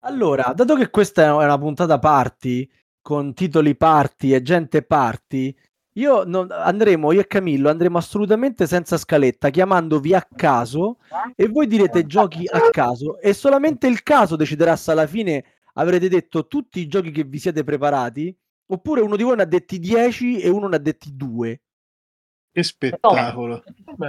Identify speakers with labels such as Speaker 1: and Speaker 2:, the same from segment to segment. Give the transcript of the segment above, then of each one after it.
Speaker 1: Allora, dato che questa è una puntata party, con titoli party e gente party, io e Camillo andremo assolutamente senza scaletta, chiamandovi a caso e voi direte giochi a caso e solamente il caso deciderà se alla fine avrete detto tutti i giochi che vi siete preparati oppure uno di voi ne ha detti 10 e uno ne ha detti 2.
Speaker 2: Che spettacolo.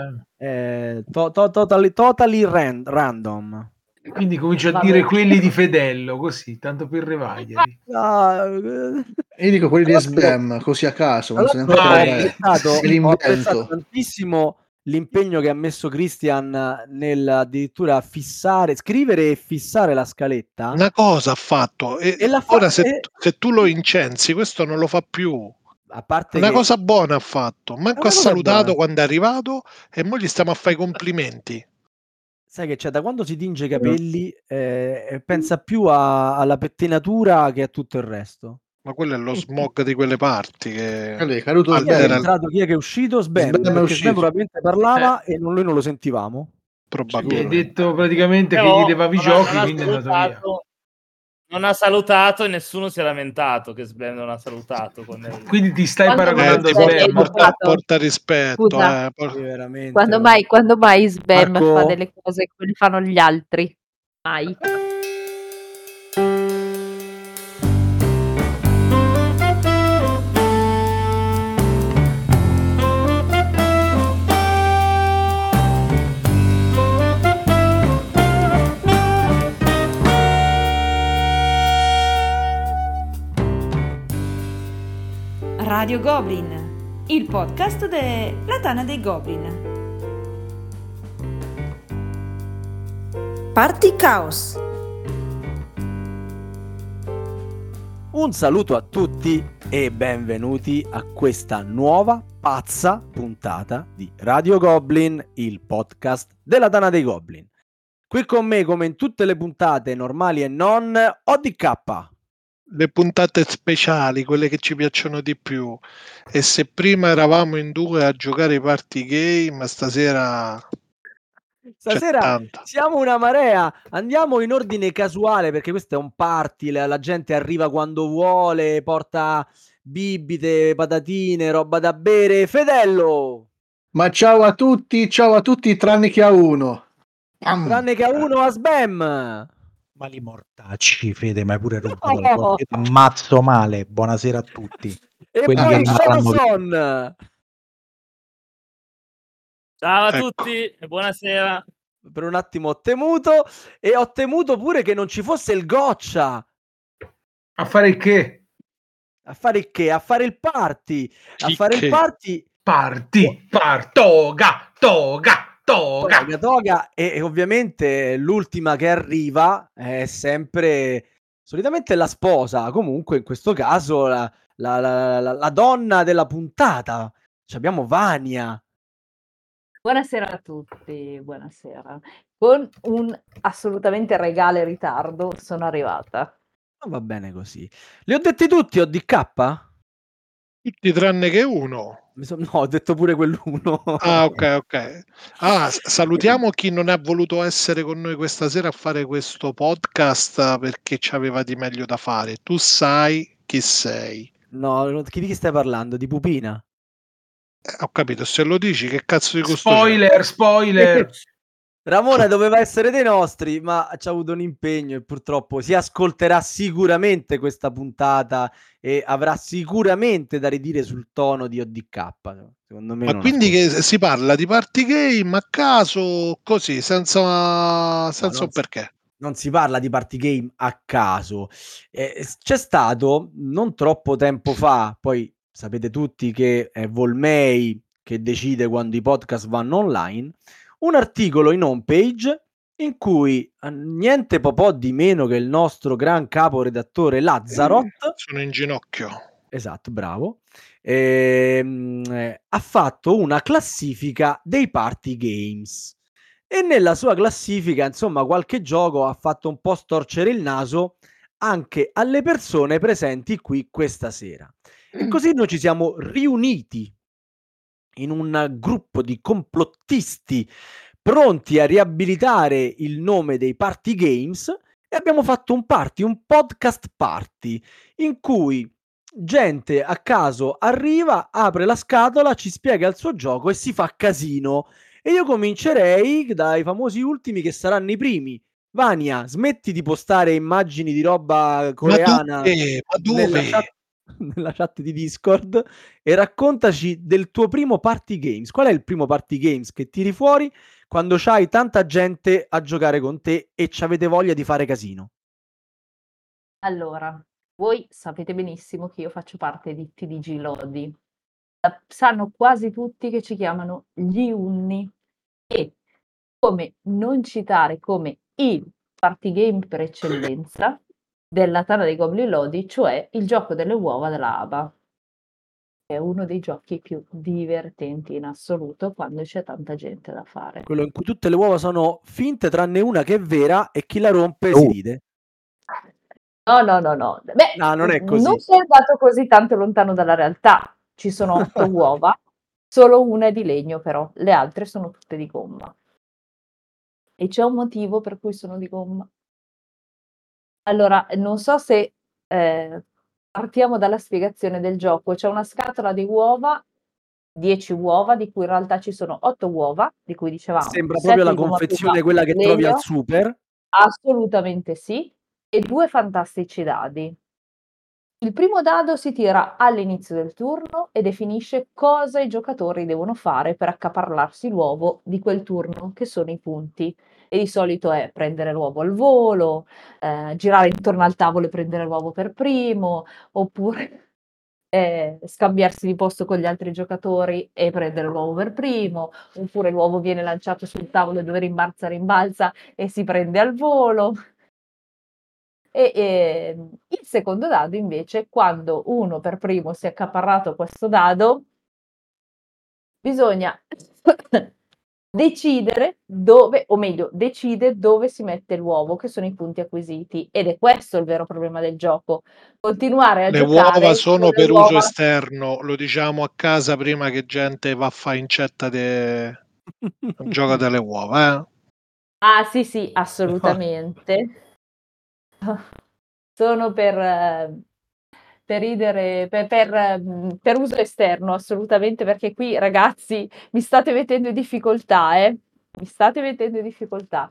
Speaker 1: Totally random.
Speaker 3: Quindi comincio a dire quelli di Fedello, così, tanto per revagliali.
Speaker 2: E io dico quelli di SBAM, così a caso, non so neanche
Speaker 1: ho apprezzato tantissimo l'impegno che ha messo Christian nel addirittura scrivere e fissare la scaletta.
Speaker 4: Una cosa ha fatto e ora se tu lo incensi, questo non lo fa più.
Speaker 1: A parte
Speaker 4: una cosa buona ha fatto, manco ha salutato quando è arrivato e mo gli stiamo a fare i complimenti.
Speaker 1: Sai che c'è, da quando si tinge i capelli pensa più alla pettinatura che a tutto il resto.
Speaker 4: Ma quello è lo smog di quelle parti che
Speaker 1: Chi è entrato, chi è che è uscito? Sbam, perché Sbam probabilmente parlava e noi non lo sentivamo.
Speaker 4: Probabilmente.
Speaker 3: Gli hai detto praticamente che gli levavi i giochi, quindi è andato via.
Speaker 5: Non ha salutato e nessuno si è lamentato che Sbam non ha salutato.
Speaker 3: Quindi ti stai paragonando a Sbam.
Speaker 4: Porta rispetto.
Speaker 6: Quando mai Sbam fa delle cose come fanno gli altri? Mai.
Speaker 7: Radio Goblin, il podcast della Tana dei Goblin. Party Chaos.
Speaker 1: Un saluto a tutti e benvenuti a questa nuova pazza puntata di Radio Goblin, il podcast della Tana dei Goblin. Qui con me, come in tutte le puntate normali e non, ODK.
Speaker 4: Le puntate speciali, quelle che ci piacciono di più. E se prima eravamo in 2 a giocare i party game, stasera
Speaker 1: siamo una marea. Andiamo in ordine casuale perché questo è un party, la gente arriva quando vuole, porta bibite, patatine, roba da bere. Fedello!
Speaker 2: Ma ciao a tutti tranne che a uno.
Speaker 1: Tranne che a uno, a Sbam.
Speaker 8: Ma li mortacci, Fede, ma è pure rubato. Ammazzo male. Buonasera a tutti.
Speaker 1: E poi Son.
Speaker 5: Ciao a tutti e buonasera.
Speaker 1: Per un attimo ho temuto e ho temuto pure che non ci fosse il Goccia.
Speaker 3: A fare il che?
Speaker 1: A fare il che? A fare il party.
Speaker 3: Il
Speaker 1: party. Toga e ovviamente l'ultima che arriva è sempre solitamente la sposa, comunque in questo caso la donna della puntata. Abbiamo Vania.
Speaker 6: Buonasera a tutti, buonasera. Con un assolutamente regale ritardo sono arrivata.
Speaker 1: Va bene così. Li ho detti tutti, ODK?
Speaker 4: Tutti tranne che uno.
Speaker 1: No, ho detto pure quell'uno.
Speaker 4: Ah, ok. Salutiamo chi non ha voluto essere con noi questa sera a fare questo podcast perché ci aveva di meglio da fare. Tu sai chi sei.
Speaker 1: No, di chi stai parlando? Di Pupina?
Speaker 4: Ho capito, se lo dici che cazzo di costo
Speaker 3: spoiler.
Speaker 1: Ramona doveva essere dei nostri, ma c'ha avuto un impegno e purtroppo si ascolterà sicuramente questa puntata e avrà sicuramente da ridire sul tono di ODK. Secondo me.
Speaker 4: Ma quindi che si parla di party game a caso, così, senza un perché?
Speaker 1: Non si parla di party game a caso. C'è stato non troppo tempo fa, poi sapete tutti che è Volmei che decide quando i podcast vanno online, un articolo in home page in cui niente po' di meno che il nostro gran capo redattore Lazzarot,
Speaker 4: sono in ginocchio.
Speaker 1: Esatto, bravo. Ha fatto una classifica dei party games e nella sua classifica, insomma, qualche gioco ha fatto un po' storcere il naso anche alle persone presenti qui questa sera. E così noi ci siamo riuniti in un gruppo di complottisti pronti a riabilitare il nome dei party games e abbiamo fatto un podcast party, in cui gente a caso arriva, apre la scatola, ci spiega il suo gioco e si fa casino. E io comincerei dai famosi ultimi che saranno i primi. Vania, smetti di postare immagini di roba coreana nella chat di Discord e raccontaci del tuo primo party games. Qual è il primo party games che tiri fuori quando c'hai tanta gente a giocare con te e c'avete voglia di fare casino?
Speaker 6: Allora, voi sapete benissimo che io faccio parte di TDG Lodi. Sanno quasi tutti che ci chiamano gli Unni e come non citare come il party game per eccellenza della Tana dei Goblin Lodi, cioè il gioco delle uova della Aba. È uno dei giochi più divertenti in assoluto quando c'è tanta gente da fare.
Speaker 1: Quello in cui tutte le uova sono finte tranne una che è vera e chi la rompe si ride.
Speaker 6: No. Beh,
Speaker 1: No, non è così.
Speaker 6: non sei andato così tanto lontano dalla realtà. Ci sono 8 uova, solo una è di legno però, le altre sono tutte di gomma. E c'è un motivo per cui sono di gomma. Allora, non so se partiamo dalla spiegazione del gioco. C'è una scatola di uova, 10 uova, di cui in realtà ci sono 8 uova, di cui dicevamo.
Speaker 1: Sembra proprio la confezione quella che trovi al super.
Speaker 6: Assolutamente sì. E 2 fantastici dadi. Il primo dado si tira all'inizio del turno e definisce cosa i giocatori devono fare per accaparrarsi l'uovo di quel turno, che sono i punti. E di solito è prendere l'uovo al volo, girare intorno al tavolo e prendere l'uovo per primo, oppure scambiarsi di posto con gli altri giocatori e prendere l'uovo per primo, oppure l'uovo viene lanciato sul tavolo e dove rimbalza e si prende al volo. Il secondo dado invece, quando uno per primo si è accaparrato questo dado, bisogna decidere dove, o meglio, decide dove si mette l'uovo, che sono i punti acquisiti. Ed è questo il vero problema del gioco. Continuare a
Speaker 4: Le
Speaker 6: giocare.
Speaker 4: uova sono
Speaker 6: con le
Speaker 4: per
Speaker 6: uova...
Speaker 4: uso esterno, lo diciamo a casa prima che gente va a fare incetta gioca delle uova.
Speaker 6: Ah sì, assolutamente. Sono per ridere, per uso esterno, assolutamente, perché qui ragazzi mi state mettendo in difficoltà, mi state mettendo in difficoltà.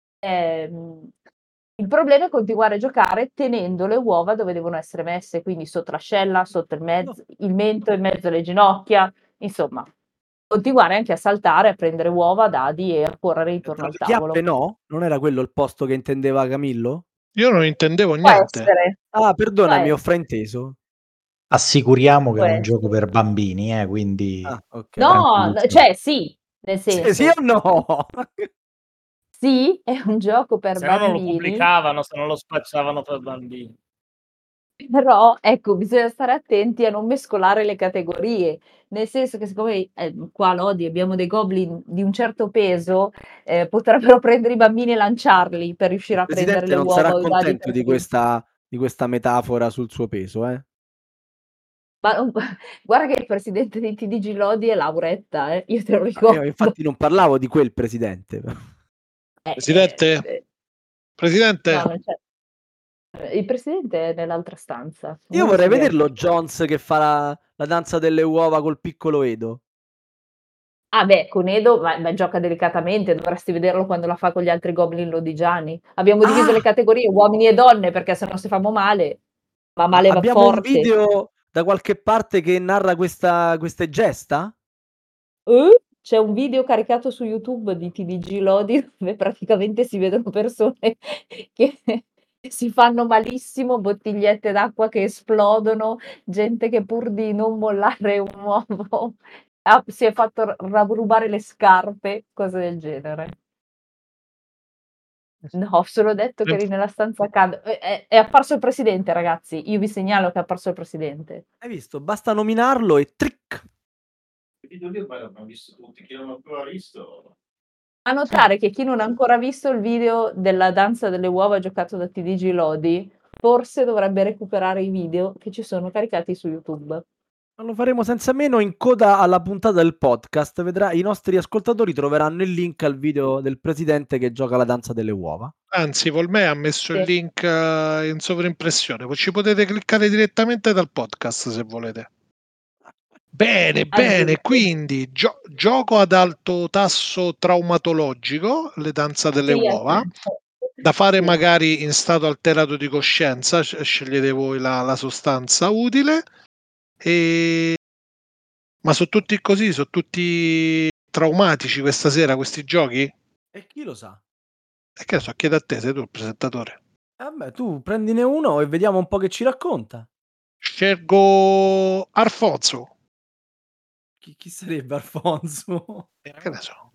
Speaker 6: Il problema è continuare a giocare tenendo le uova dove devono essere messe, quindi sotto l'ascella, sotto il mento, in mezzo alle ginocchia, insomma, continuare anche a saltare, a prendere uova, dadi e a correre intorno al tavolo.
Speaker 1: Chiappe no? Non era quello il posto che intendeva Camillo?
Speaker 4: Io non intendevo
Speaker 6: Può
Speaker 4: niente.
Speaker 6: essere.
Speaker 1: Ah, perdonami, ho frainteso.
Speaker 8: Assicuriamo che è un gioco per bambini, quindi...
Speaker 1: Ah, ok.
Speaker 6: No, cioè sì, nel senso.
Speaker 1: Sì o no?
Speaker 6: Sì, è un gioco per
Speaker 5: Se no non lo
Speaker 6: bambini.
Speaker 5: pubblicavano, se non lo spacciavano per bambini.
Speaker 6: Però, ecco, bisogna stare attenti a non mescolare le categorie, nel senso che siccome qua a Lodi abbiamo dei goblin di un certo peso, potrebbero prendere i bambini e lanciarli per riuscire a prendere
Speaker 1: Presidente
Speaker 6: le
Speaker 1: non
Speaker 6: uova
Speaker 1: sarà
Speaker 6: o i dadi
Speaker 1: contento
Speaker 6: per
Speaker 1: di questa metafora sul suo peso, eh?
Speaker 6: Ma guarda che il presidente di TDG Lodi è Lauretta, io te lo ricordo.
Speaker 1: Io infatti non parlavo di quel presidente.
Speaker 4: Presidente? Presidente?
Speaker 6: No, non c'è. Il presidente è nell'altra stanza.
Speaker 1: Io vorrei vederlo Jones che fa la danza delle uova col piccolo Edo.
Speaker 6: Ah beh, con Edo ma gioca delicatamente, dovresti vederlo quando la fa con gli altri goblin lodigiani. Abbiamo diviso le categorie uomini e donne perché se no si famo male. Ma male va
Speaker 1: Abbiamo
Speaker 6: forte.
Speaker 1: un video da qualche parte che narra queste gesta?
Speaker 6: C'è un video caricato su YouTube di TDG Lodi dove praticamente si vedono persone che si fanno malissimo, bottigliette d'acqua che esplodono, gente che pur di non mollare un uovo si è fatto rubare le scarpe, cose del genere. No, ho solo detto che eri nella stanza accanto. È apparso il presidente, ragazzi. Io vi segnalo che è apparso il presidente.
Speaker 1: Hai visto? Basta nominarlo e trick.
Speaker 9: Il video lì ormai l'hanno visto tutti, chi non l'ha ancora visto.
Speaker 6: A notare che chi non ha ancora visto il video della danza delle uova giocato da TDG Lodi, forse dovrebbe recuperare i video che ci sono caricati su YouTube.
Speaker 1: Ma lo faremo senza meno in coda alla puntata del podcast. Vedrà, i nostri ascoltatori troveranno il link al video del presidente che gioca la danza delle uova.
Speaker 4: Anzi, Volmè ha messo il
Speaker 6: Sì.
Speaker 4: link in sovraimpressione, poi ci potete cliccare direttamente dal podcast se volete. Bene, bene, quindi gioco ad alto tasso traumatologico, le danze delle
Speaker 6: Sì,
Speaker 4: uova,
Speaker 6: esatto.
Speaker 4: da fare
Speaker 6: Sì.
Speaker 4: magari in stato alterato di coscienza, scegliete voi la sostanza utile, ma sono tutti così, sono tutti traumatici questa sera questi giochi?
Speaker 1: E chi lo sa?
Speaker 4: E che ne so, chiedo a te, sei tu il presentatore.
Speaker 1: Vabbè, tu prendine uno e vediamo un po' che ci racconta.
Speaker 4: Scelgo Alfonso.
Speaker 1: Chi sarebbe Alfonso?
Speaker 4: Che ne so.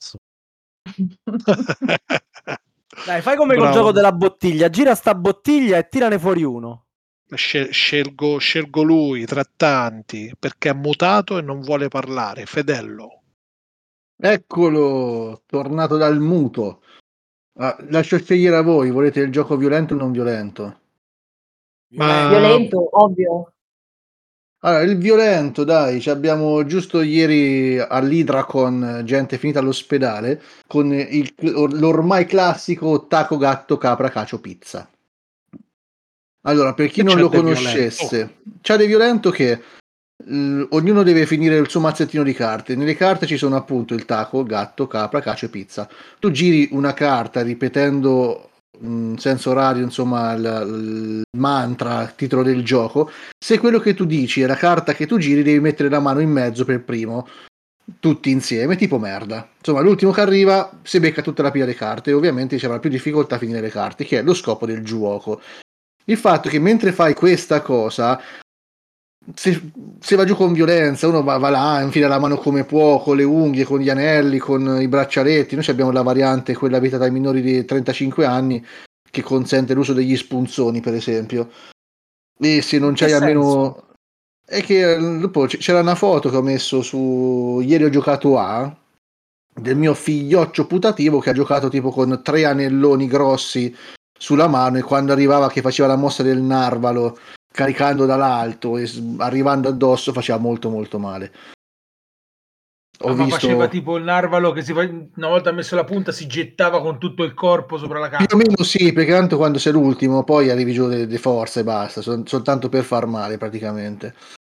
Speaker 1: Dai, fai come col
Speaker 4: Bravo.
Speaker 1: gioco della bottiglia. Gira sta bottiglia e tirane fuori uno.
Speaker 4: Scelgo lui tra tanti perché è mutato e non vuole parlare. Fedello.
Speaker 2: Eccolo, tornato dal muto. Lascio scegliere a voi, volete il gioco violento o non violento?
Speaker 6: Violento, ovvio.
Speaker 2: Allora, il violento, dai, ci abbiamo giusto ieri all'Idra con gente finita all'ospedale con l'ormai classico taco, gatto, capra, cacio, pizza. Allora, per chi
Speaker 4: Che
Speaker 2: non
Speaker 4: c'è
Speaker 2: lo
Speaker 4: di
Speaker 2: conoscesse, c'è di violento che ognuno deve finire il suo mazzettino di carte. Nelle carte ci sono appunto il taco, gatto, capra, cacio e pizza. Tu giri una carta ripetendo senso orario, insomma, il mantra, il titolo del gioco. Se quello che tu dici è la carta che tu giri, devi mettere la mano in mezzo per primo, tutti insieme, tipo merda. Insomma, l'ultimo che arriva si becca tutta la pila di carte e ovviamente ci avrà più difficoltà a finire le carte, che è lo scopo del gioco. Il fatto che mentre fai questa cosa, se va giù con violenza, uno va là, infila la mano come può, con le unghie, con gli anelli, con i braccialetti. Noi abbiamo la variante, quella vietata ai minori di 35 anni, che consente l'uso degli spunzoni, per esempio. E se non c'hai almeno... È che dopo c'era una foto che ho messo su... Ieri ho giocato del mio figlioccio putativo che ha giocato tipo con 3 anelloni grossi sulla mano e quando arrivava che faceva la mossa del narvalo caricando dall'alto e arrivando addosso faceva molto molto male.
Speaker 3: Ma faceva tipo il narvalo che una volta messo la punta si gettava con tutto il corpo sopra la carta.
Speaker 2: Più o meno sì, perché tanto quando sei l'ultimo poi arrivi giù di forza e basta, soltanto per far male praticamente.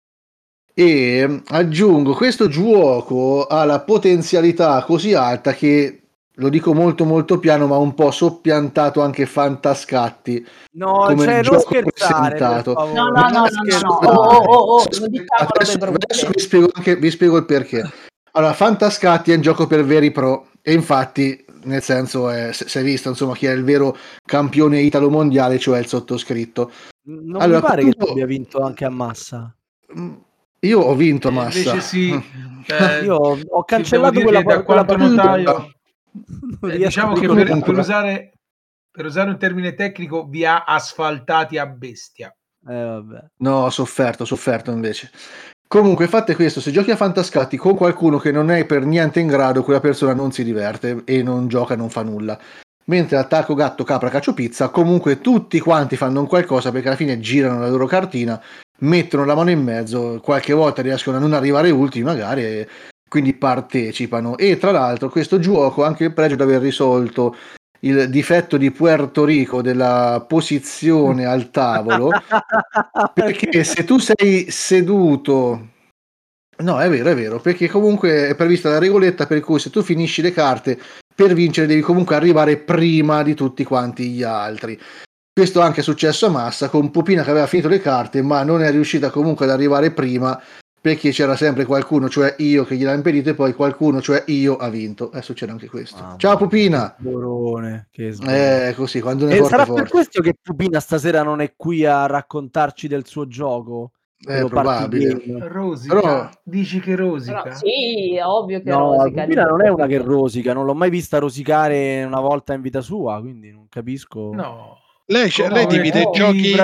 Speaker 2: E aggiungo, questo gioco ha la potenzialità così alta che, lo dico molto molto piano, ma un po' soppiantato anche Fantascatti.
Speaker 1: No,
Speaker 2: come
Speaker 1: cioè,
Speaker 2: il
Speaker 1: non
Speaker 2: gioco
Speaker 1: scherzare, per
Speaker 2: presentato.
Speaker 1: favore.
Speaker 6: No, non diciamolo per
Speaker 2: Adesso vi spiego il perché. Allora, Fantascatti è un gioco per veri pro e infatti, nel senso, si è visto insomma chi è il vero campione italo mondiale, cioè il sottoscritto.
Speaker 1: Non mi pare che tu abbia vinto anche a Massa.
Speaker 2: Io ho vinto a Massa.
Speaker 3: Invece sì,
Speaker 1: io ho cancellato quella
Speaker 3: da quanto notaio. Diciamo che
Speaker 2: Comunque,
Speaker 3: per usare un termine tecnico vi ha asfaltati a bestia.
Speaker 1: Vabbè.
Speaker 2: No, ho sofferto invece. Comunque, fate questo, se giochi a Fantascatti con qualcuno che non è per niente in grado, quella persona non si diverte e non gioca, non fa nulla. Mentre attacco, gatto, capra, cacio, pizza, comunque tutti quanti fanno un qualcosa perché alla fine girano la loro cartina, mettono la mano in mezzo, qualche volta riescono a non arrivare ultimi magari e quindi partecipano. E tra l'altro questo gioco ha anche il pregio di aver risolto il difetto di Puerto Rico della posizione al tavolo, perché se tu sei seduto, no, è vero, perché comunque è prevista la regoletta per cui se tu finisci le carte per vincere devi comunque arrivare prima di tutti quanti gli altri. Questo anche è successo a Massa con Pupina che aveva finito le carte ma non è riuscita comunque ad arrivare prima perché c'era sempre qualcuno, cioè io, che gliel'ha impedito e poi qualcuno, cioè io, ha vinto. Succede anche questo. Ciao Pupina!
Speaker 1: Che sborone.
Speaker 2: Così, quando ne
Speaker 1: sarà
Speaker 2: forte.
Speaker 1: Per questo che Pupina stasera non è qui a raccontarci del suo gioco?
Speaker 2: Probabile.
Speaker 3: Rosica? Però... Dici che rosica?
Speaker 6: Però, sì, è ovvio che
Speaker 1: no,
Speaker 6: rosica.
Speaker 1: Pupina non è una che rosica, non l'ho mai vista rosicare una volta in vita sua, quindi non capisco.
Speaker 3: No.
Speaker 4: Lei divide i giochi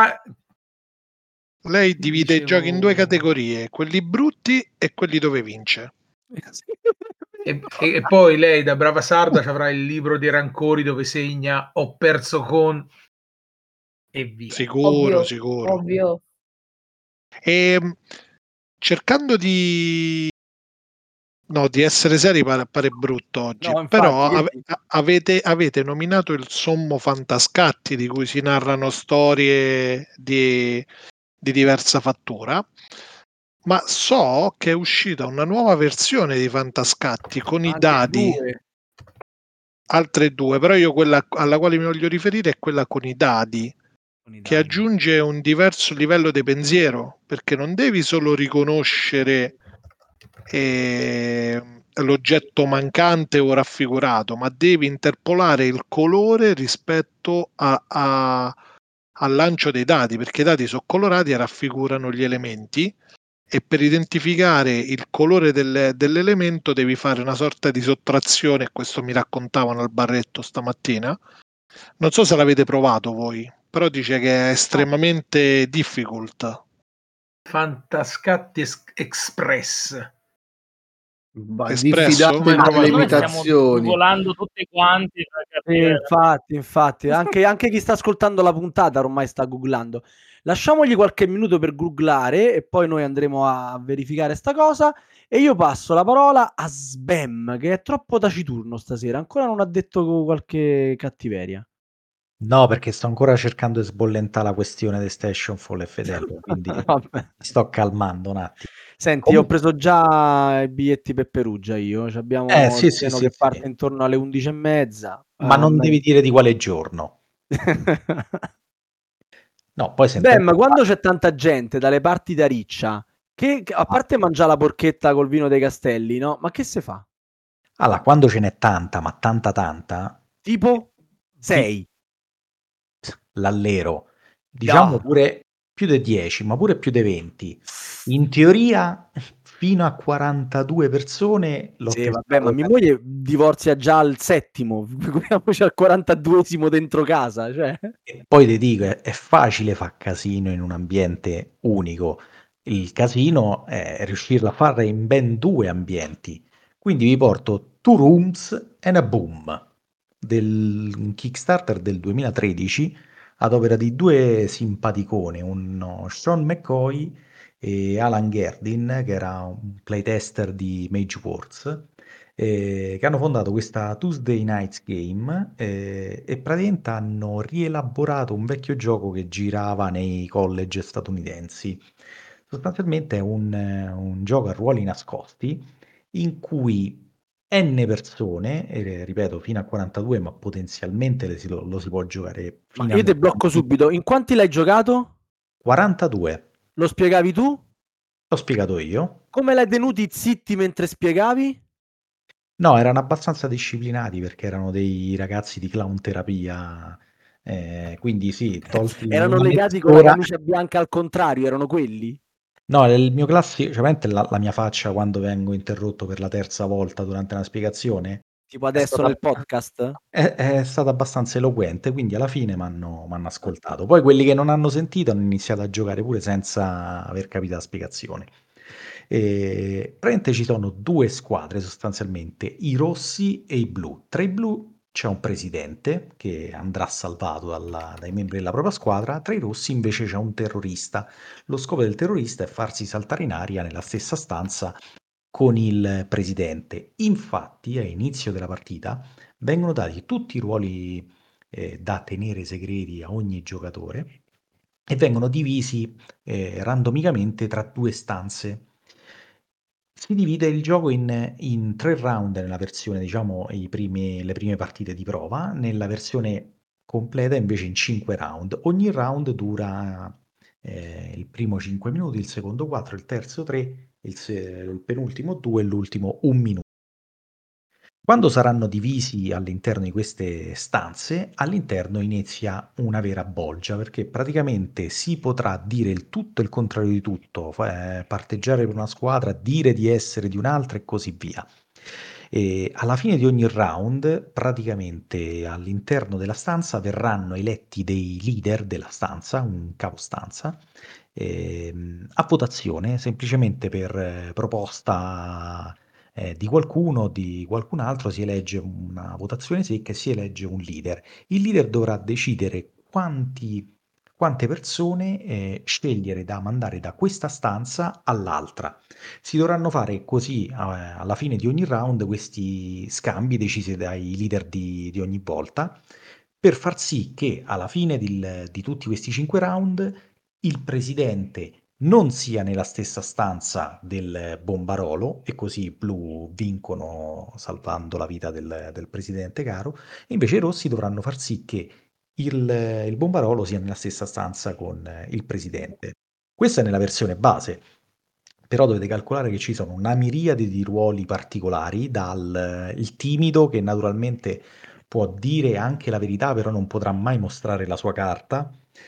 Speaker 4: lei divide i giochi in 2 categorie, quelli brutti e quelli dove vince.
Speaker 3: E poi lei, da brava sarda, ci avrà il libro dei rancori dove segna ho perso con e via.
Speaker 4: Sicuro.
Speaker 6: Ovvio.
Speaker 4: cercando di essere seri pare brutto oggi,
Speaker 1: No, infatti,
Speaker 4: però avete nominato il sommo Fantascatti, di cui si narrano storie di diversa fattura, ma so che è uscita una nuova versione di Fantascatti con i
Speaker 1: anche
Speaker 4: dadi,
Speaker 1: due.
Speaker 4: altre due, però io quella alla quale mi voglio riferire è quella con i dadi, che aggiunge un diverso livello di pensiero, perché non devi solo riconoscere l'oggetto mancante o raffigurato, ma devi interpolare il colore rispetto al lancio dei dadi, perché i dadi sono colorati e raffigurano gli elementi, e per identificare il colore dell'elemento devi fare una sorta di sottrazione. Questo mi raccontavano al barretto stamattina. Non so se l'avete provato voi, però dice che è estremamente difficult.
Speaker 3: Fantascatti Express.
Speaker 4: Espresso?
Speaker 2: Diffidate dalle
Speaker 5: Stiamo
Speaker 2: imitazioni.
Speaker 5: volando tutti quanti per capire.
Speaker 1: Infatti, anche chi sta ascoltando la puntata ormai sta googlando. Lasciamogli qualche minuto per googlare e poi noi andremo a verificare sta cosa, e io passo la parola a Sbam, che è troppo taciturno stasera, ancora non ha detto qualche cattiveria.
Speaker 8: No, perché sto ancora cercando di sbollentare la questione di Station Fall e Fedele, quindi mi sto calmando un attimo.
Speaker 1: Senti, io ho preso già i biglietti per Perugia io, abbiamo
Speaker 8: sì,
Speaker 1: il
Speaker 8: sì,
Speaker 1: treno
Speaker 8: sì,
Speaker 1: che
Speaker 8: sì.
Speaker 1: parte intorno alle 11:30.
Speaker 8: Ma non devi dire di quale giorno. No, poi
Speaker 1: Beh, quando c'è tanta gente dalle parti da Riccia, che a parte mangiare la porchetta col vino dei Castelli, no? Ma che si fa?
Speaker 8: Allora, quando ce n'è tanta, ma tanta,
Speaker 1: Tipo 6.
Speaker 8: l'allero, diciamo pure più di 10, ma pure più di 20. In teoria fino a 42 persone l'ho
Speaker 1: Sì, vabbè, ma mia
Speaker 8: testato.
Speaker 1: moglie divorzia già al 7º, figuriamoci al 42esimo dentro casa, cioè.
Speaker 8: E poi ti dico, è facile far casino in un ambiente unico. Il casino è riuscirlo a fare in ben 2 ambienti. Quindi vi porto Two Rooms and a Boom, un Kickstarter del 2013 ad opera di 2 simpaticoni, uno Sean McCoy e Alan Gerdin, che era un playtester di Mage Wars, che hanno fondato questa Tuesday Nights Game, e praticamente hanno rielaborato un vecchio gioco che girava nei college statunitensi. Sostanzialmente è un gioco a ruoli nascosti in cui n persone, ripeto, fino a 42, ma potenzialmente lo si può giocare
Speaker 1: Ma
Speaker 8: fino a
Speaker 1: io ti blocco subito. In quanti l'hai giocato?
Speaker 8: 42.
Speaker 1: Lo spiegavi tu?
Speaker 8: L'ho spiegato io.
Speaker 1: Come l'hai tenuti zitti mentre spiegavi?
Speaker 8: No, erano abbastanza disciplinati perché erano dei ragazzi di clown terapia, quindi sì, tolti
Speaker 1: Erano
Speaker 8: una
Speaker 1: legati con la
Speaker 8: mezz'ora.
Speaker 1: camicia bianca al contrario, erano quelli?
Speaker 8: No, il mio classico, cioè la mia faccia quando vengo interrotto per la terza volta durante una spiegazione
Speaker 1: Tipo
Speaker 8: è
Speaker 1: adesso
Speaker 8: stata,
Speaker 1: nel podcast?
Speaker 8: è stata abbastanza eloquente, quindi alla fine m'hanno ascoltato. Poi quelli che non hanno sentito hanno iniziato a giocare pure senza aver capito la spiegazione. Praticamente ci sono 2 squadre sostanzialmente, i rossi e i blu. Tra i blu c'è un presidente che andrà salvato dai membri della propria squadra, tra i rossi invece c'è un terrorista. Lo scopo del terrorista è farsi saltare in aria nella stessa stanza con il presidente. Infatti, a inizio della partita vengono dati tutti i ruoli da tenere segreti a ogni giocatore e vengono divisi randomicamente tra 2 stanze. Si divide il gioco in 3 round nella versione, diciamo, le prime partite di prova, nella versione completa invece in 5 round. Ogni round dura il primo 5 minuti, il secondo 4, il terzo 3, il penultimo 2 e l'ultimo 1 minuto. Quando saranno divisi all'interno di queste stanze, all'interno inizia una vera bolgia, perché praticamente si potrà dire il tutto e il contrario di tutto, parteggiare per una squadra, dire di essere di un'altra e così via. E alla fine di ogni round, praticamente all'interno della stanza verranno eletti dei leader della stanza, un capostanza, a votazione, semplicemente per proposta di qualcuno, di qualcun altro, si elegge una votazione secca e si elegge un leader. Il leader dovrà decidere quanti quante persone scegliere da mandare da questa stanza all'altra. Si dovranno fare così alla fine di ogni round questi scambi decisi dai leader di ogni volta, per far sì che alla fine di tutti questi 5 round il presidente non sia nella stessa stanza del bombarolo, e così i blu vincono salvando la vita del presidente caro, e invece i rossi dovranno far sì che il bombarolo sia nella stessa stanza con il presidente. Questa è nella versione base, però dovete calcolare che ci sono una miriade di ruoli particolari, dal il timido che naturalmente può dire anche la verità, però non potrà mai mostrare la sua carta,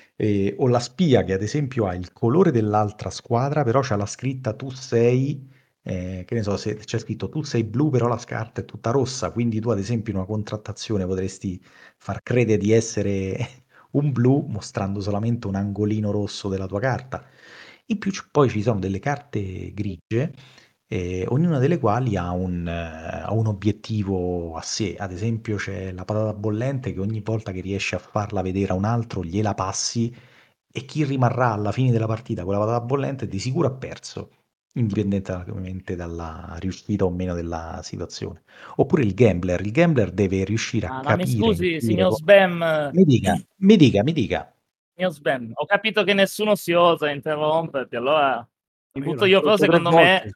Speaker 8: o la spia che ad esempio ha il colore dell'altra squadra, però c'ha la scritta tu sei, che ne so, se c'è scritto tu sei blu, però la carta è tutta rossa, quindi tu ad esempio in una contrattazione potresti far credere di essere un blu mostrando solamente un angolino rosso della tua carta. In più poi ci sono delle carte grigie, ognuna delle quali ha un obiettivo a sé. Ad esempio c'è la patata bollente che ogni volta che riesci a farla vedere a un altro gliela passi, e chi rimarrà alla fine della partita con la patata bollente di sicuro ha perso, indipendentemente dalla riuscita o meno della situazione. Oppure il gambler deve riuscire a
Speaker 5: Ma mi
Speaker 8: capire,
Speaker 5: scusi,
Speaker 8: intuire
Speaker 5: signor Sbam,
Speaker 8: mi dica.
Speaker 5: signor Sbam, ho capito che nessuno si osa interromperti, allora mi
Speaker 1: Io
Speaker 5: butto
Speaker 1: l'ho
Speaker 5: io, però
Speaker 1: tolto 3
Speaker 5: secondo me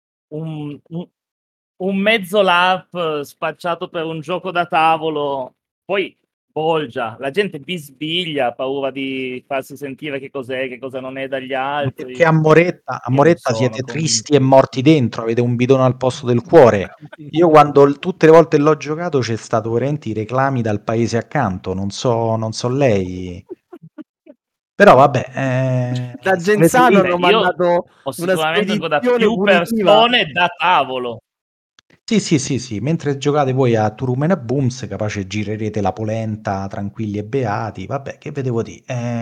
Speaker 1: volte.
Speaker 5: un mezzo LARP spacciato per un gioco da tavolo, poi bolgia, la gente bisbiglia, ha paura di farsi sentire che cos'è, che cosa non è dagli altri.
Speaker 8: Perché a Moretta
Speaker 5: Io non
Speaker 8: siete
Speaker 5: sono
Speaker 8: tristi e morti dentro, avete un bidone al posto del cuore. Io tutte le volte l'ho giocato c'è stato veramente i reclami dal paese accanto, non so lei. Però vabbè,
Speaker 1: Da
Speaker 8: se avete
Speaker 1: Genzano
Speaker 8: vinto-
Speaker 1: hanno mandato
Speaker 5: Ho
Speaker 1: una
Speaker 5: sicuramente ancora
Speaker 1: spedizione
Speaker 5: più
Speaker 1: punitiva.
Speaker 5: persone da tavolo.
Speaker 8: Sì, mentre giocate voi a Turumen e Booms, capace girerete la polenta tranquilli e beati, vabbè, che vedevo di.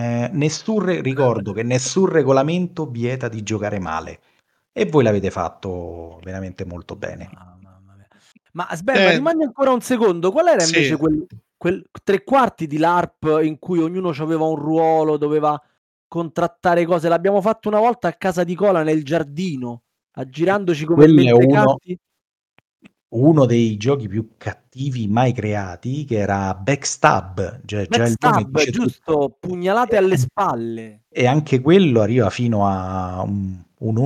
Speaker 8: Ricordo che nessun regolamento vieta di giocare male, e voi l'avete fatto veramente molto bene.
Speaker 1: Mamma mia. Ma aspetta, rimani ancora un secondo. Qual era invece
Speaker 4: sì.
Speaker 1: quel 3/4 di LARP in cui ognuno aveva un ruolo, doveva contrattare cose? L'abbiamo fatto una volta a casa di Cola nel giardino, aggirandoci come
Speaker 8: Quello è
Speaker 1: mentecatti.
Speaker 8: uno dei giochi più cattivi mai creati, che era Backstab, già il nome
Speaker 1: Backstab,
Speaker 8: dice tutto.
Speaker 1: giusto, pugnalate alle spalle.
Speaker 8: E anche quello arriva fino a un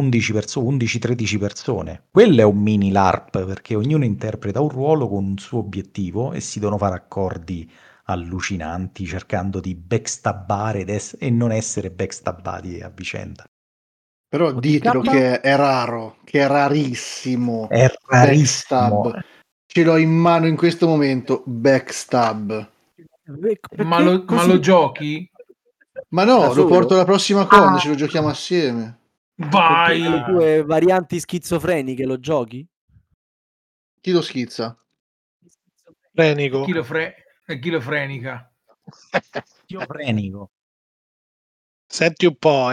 Speaker 8: 11-13 persone. Quello è un mini LARP, perché ognuno interpreta un ruolo con un suo obiettivo e si devono fare accordi allucinanti cercando di backstabbare e non essere backstabbati a vicenda.
Speaker 2: Però ditelo che è raro, che è rarissimo.
Speaker 8: È rarissimo.
Speaker 2: Backstab. Ce l'ho in mano in questo momento. Backstab.
Speaker 3: Ma lo giochi?
Speaker 2: Ma no,
Speaker 1: Da
Speaker 2: lo
Speaker 1: solo?
Speaker 2: porto la prossima con, ce lo giochiamo assieme.
Speaker 3: Vai!
Speaker 1: Con tutte le tue varianti schizofreniche lo giochi?
Speaker 2: Chi lo schizza?
Speaker 4: Frenico.
Speaker 3: Chilofrenica.
Speaker 8: Schizofrenico.
Speaker 4: Senti un po',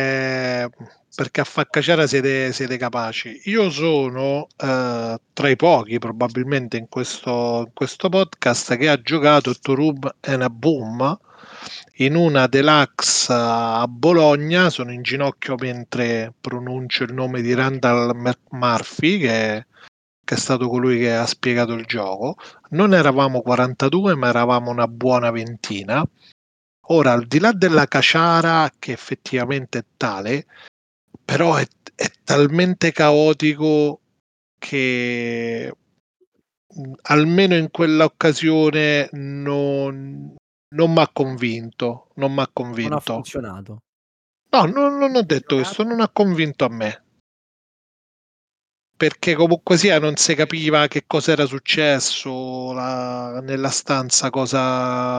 Speaker 4: perché a Faccacera siete capaci. Io sono tra i pochi, probabilmente, in questo podcast che ha giocato Turum and a Boom in una deluxe a Bologna. Sono in ginocchio mentre pronuncio il nome di Randall Murphy, che è stato colui che ha spiegato il gioco. Non eravamo 42, ma eravamo una buona ventina. Ora, al di là della caciara, che effettivamente è tale, però è talmente caotico che almeno in quell'occasione non mi ha convinto. Non ha
Speaker 1: funzionato.
Speaker 4: No, non ho detto questo, non ha convinto a me. Perché comunque sia non si capiva che cosa era successo nella stanza, cosa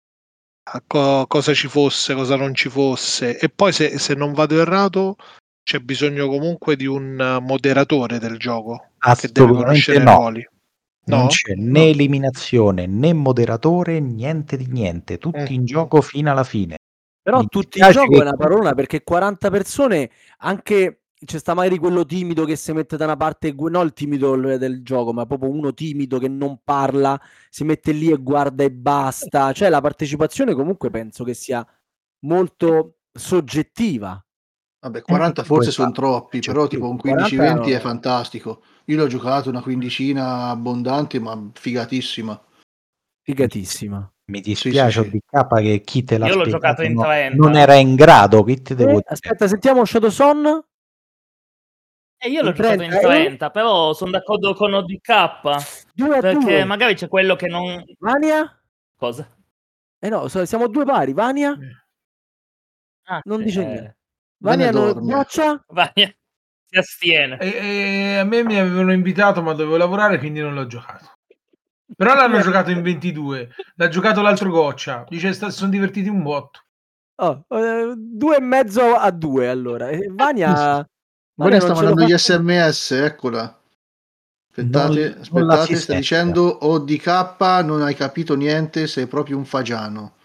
Speaker 4: ci fosse, cosa non ci fosse. E poi se non vado errato c'è bisogno comunque di un moderatore del gioco che deve conoscere i ruoli.
Speaker 8: Non c'è né eliminazione né moderatore, niente di niente, tutti in gioco fino alla fine.
Speaker 1: Però tutti in gioco è una parolona, perché 40 persone, anche c'è sta magari quello timido che si mette da una parte, no il timido del gioco, ma proprio uno timido che non parla, si mette lì e guarda e basta. Cioè la partecipazione comunque penso che sia molto soggettiva.
Speaker 2: Vabbè, 40 forse sono troppi, però tipo un 15-20
Speaker 1: 40
Speaker 2: è fantastico. Io l'ho giocato una quindicina abbondante, ma figatissima.
Speaker 1: Figatissima.
Speaker 8: Mi dispiace
Speaker 2: Sì.
Speaker 8: ODK che chi te l'ha
Speaker 5: Io l'ho
Speaker 8: spiegato
Speaker 5: giocato in 30.
Speaker 8: non era in grado, che ti devo dire?
Speaker 1: Aspetta, sentiamo Shadowson.
Speaker 5: E io l'ho
Speaker 1: In
Speaker 5: giocato in
Speaker 1: 30,
Speaker 5: 30, però sono d'accordo con ODK.
Speaker 1: 2-2.
Speaker 5: Perché magari c'è quello che non...
Speaker 1: Vania?
Speaker 5: Cosa?
Speaker 1: No, siamo 2 pari. Vania?
Speaker 5: Ah,
Speaker 1: Non
Speaker 5: sì,
Speaker 1: dice niente. Vania
Speaker 2: dorme.
Speaker 1: Goccia?
Speaker 5: Vania si astiene.
Speaker 3: E a me mi avevano invitato, ma dovevo lavorare, quindi non l'ho giocato. Però l'hanno giocato in 22. L'ha giocato l'altro Goccia. Dice sono divertiti un botto.
Speaker 1: 2,5-2 allora.
Speaker 2: Vania
Speaker 1: Vania
Speaker 2: sta
Speaker 1: non ce lo
Speaker 2: mandando
Speaker 1: fa
Speaker 2: gli SMS, eccola. Aspettate,
Speaker 8: Non la
Speaker 2: sta
Speaker 8: si
Speaker 2: dicendo ODK, non hai capito niente, sei proprio un fagiano.